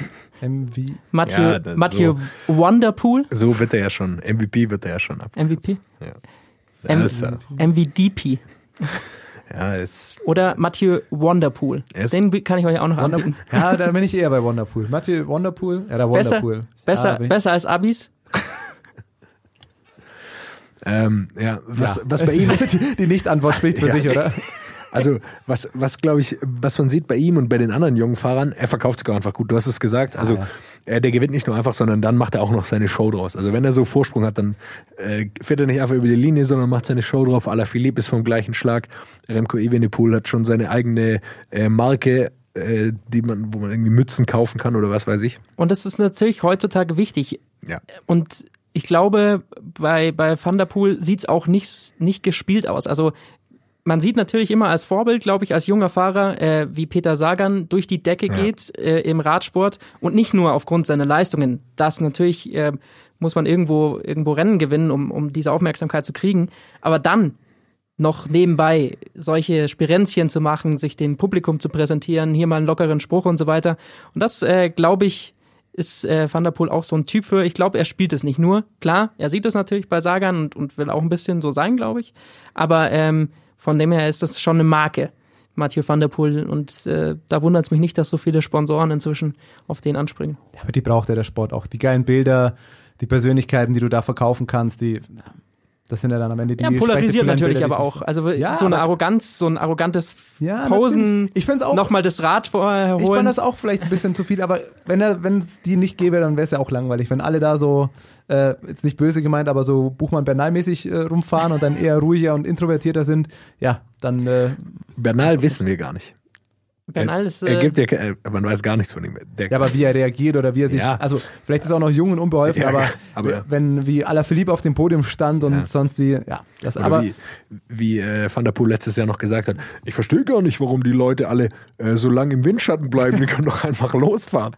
Mathieu Wonderpool? So wird er ja schon. MVP wird er ja schon ab. MVP? Ja. MVDP. Ja, oder Mathieu Wonderpool. Den kann ich euch auch noch anbieten. Ja, da bin ich eher bei Wonderpool. Mathieu Wonderpool? Ja, der Wonderpool. Besser als Abis? Was bei ihm ist. Die Nicht-Antwort spricht für sich, oder? Also was glaube ich, was man sieht bei ihm und bei den anderen jungen Fahrern, er verkauft sich auch einfach gut. Du hast es gesagt. Also der gewinnt nicht nur einfach, sondern dann macht er auch noch seine Show draus. Also wenn er so Vorsprung hat, dann fährt er nicht einfach über die Linie, sondern macht seine Show drauf. Alaphilippe ist vom gleichen Schlag. Remco Evenepoel hat schon seine eigene Marke, wo man irgendwie Mützen kaufen kann oder was weiß ich. Und das ist natürlich heutzutage wichtig. Ja. Und ich glaube, bei Van der Poel sieht es auch nicht gespielt aus. Also man sieht natürlich immer als Vorbild, glaube ich, als junger Fahrer, wie Peter Sagan durch die Decke geht im Radsport und nicht nur aufgrund seiner Leistungen. Das natürlich muss man irgendwo Rennen gewinnen, um diese Aufmerksamkeit zu kriegen. Aber dann noch nebenbei solche Spirenzchen zu machen, sich dem Publikum zu präsentieren, hier mal einen lockeren Spruch und so weiter. Und das, glaube ich, ist Van der Poel auch so ein Typ für. Ich glaube, er spielt es nicht nur. Klar, er sieht es natürlich bei Sagan und will auch ein bisschen so sein, glaube ich. Aber von dem her ist das schon eine Marke, Mathieu van der Poel. Und da wundert es mich nicht, dass so viele Sponsoren inzwischen auf den anspringen. Ja, aber die braucht ja der Sport auch. Die geilen Bilder, die Persönlichkeiten, die du da verkaufen kannst, das sind ja dann am Ende die polarisiert natürlich aber auch. Also so eine Arroganz, so ein arrogantes Posen, ich find's auch, nochmal das Rad vorher holen. Ich fand das auch vielleicht ein bisschen zu viel, aber wenn es die nicht gäbe, dann wäre es ja auch langweilig. Wenn alle da so, jetzt nicht böse gemeint, aber so Buchmann-Bernal-mäßig rumfahren und dann eher ruhiger und introvertierter sind, ja, dann... Bernal wissen wir gar nicht. Bernal ist... Er gibt ja, man weiß gar nichts von ihm. Ja, aber wie er reagiert oder wie er sich... Also vielleicht ist er auch noch jung und unbeholfen, aber wenn wie Alaphilippe auf dem Podium stand und sonst wie... Ja, das aber wie Van der Poel letztes Jahr noch gesagt hat, ich verstehe gar nicht, warum die Leute alle so lange im Windschatten bleiben, die können doch einfach losfahren.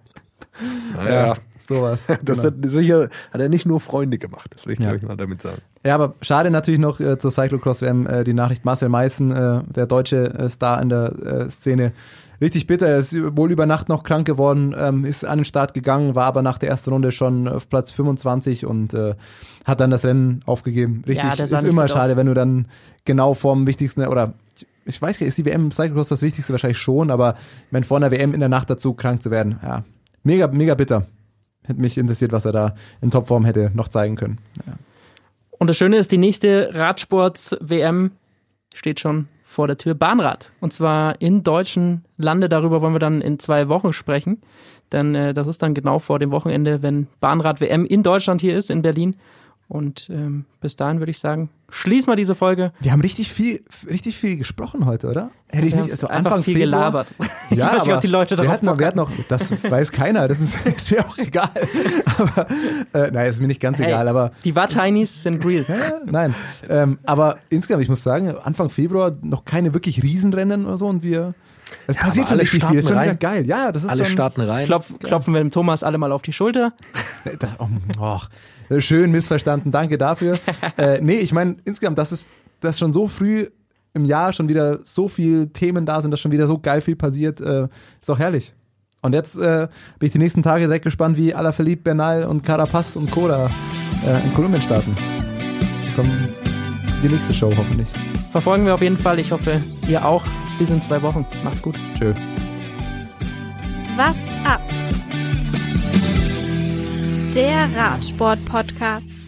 Naja, sowas. Das hat er nicht nur Freunde gemacht, das will ich glaube ich mal damit sagen. Ja, aber schade natürlich noch zur Cyclocross-WM die Nachricht Marcel Meissen, der deutsche Star in der Szene. Richtig bitter, er ist wohl über Nacht noch krank geworden, ist an den Start gegangen, war aber nach der ersten Runde schon auf Platz 25 und hat dann das Rennen aufgegeben. Richtig, ist immer schade, wenn du dann genau vorm Wichtigsten, oder ich weiß gar nicht, ist die WM im Cyclocross das Wichtigste? Wahrscheinlich schon, aber ich meine, vor einer WM in der Nacht dazu krank zu werden, ja, mega, mega bitter. Hätte mich interessiert, was er da in Topform hätte noch zeigen können. Ja. Und das Schöne ist, die nächste Radsports-WM steht schon vor der Tür. Bahnrad. Und zwar in deutschen Lande. Darüber wollen wir dann in 2 Wochen sprechen. Denn das ist dann genau vor dem Wochenende, wenn Bahnrad-WM in Deutschland hier ist, in Berlin. Und bis dahin würde ich sagen, schließen wir diese Folge. Wir haben richtig viel gesprochen heute, oder? Hätte ich nicht, also Anfang viel Februar gelabert. Ja, ich weiß nicht, ob die Leute darauf wir hatten noch, das weiß keiner, das ist mir auch egal. Aber, nein, ist mir nicht ganz egal, aber. Die Watt-Heinis sind real. Nein, aber insgesamt, ich muss sagen, Anfang Februar noch keine wirklich Riesenrennen oder so und es passiert schon richtig viel, ist schon wieder geil. Ja, das ist alle starten rein. Klopfen wir dem Thomas alle mal auf die Schulter. Schön missverstanden, danke dafür. Nee, ich meine, insgesamt, dass schon so früh im Jahr schon wieder so viele Themen da sind, dass schon wieder so geil viel passiert, ist auch herrlich. Und jetzt bin ich die nächsten Tage direkt gespannt, wie Alaphilippe, Bernal und Carapaz und Koda in Kolumbien starten. Die kommen die nächste Show hoffentlich. Verfolgen wir auf jeden Fall. Ich hoffe, ihr auch. Bis in 2 Wochen. Macht's gut. Tschö. What's up? Der Radsport-Podcast.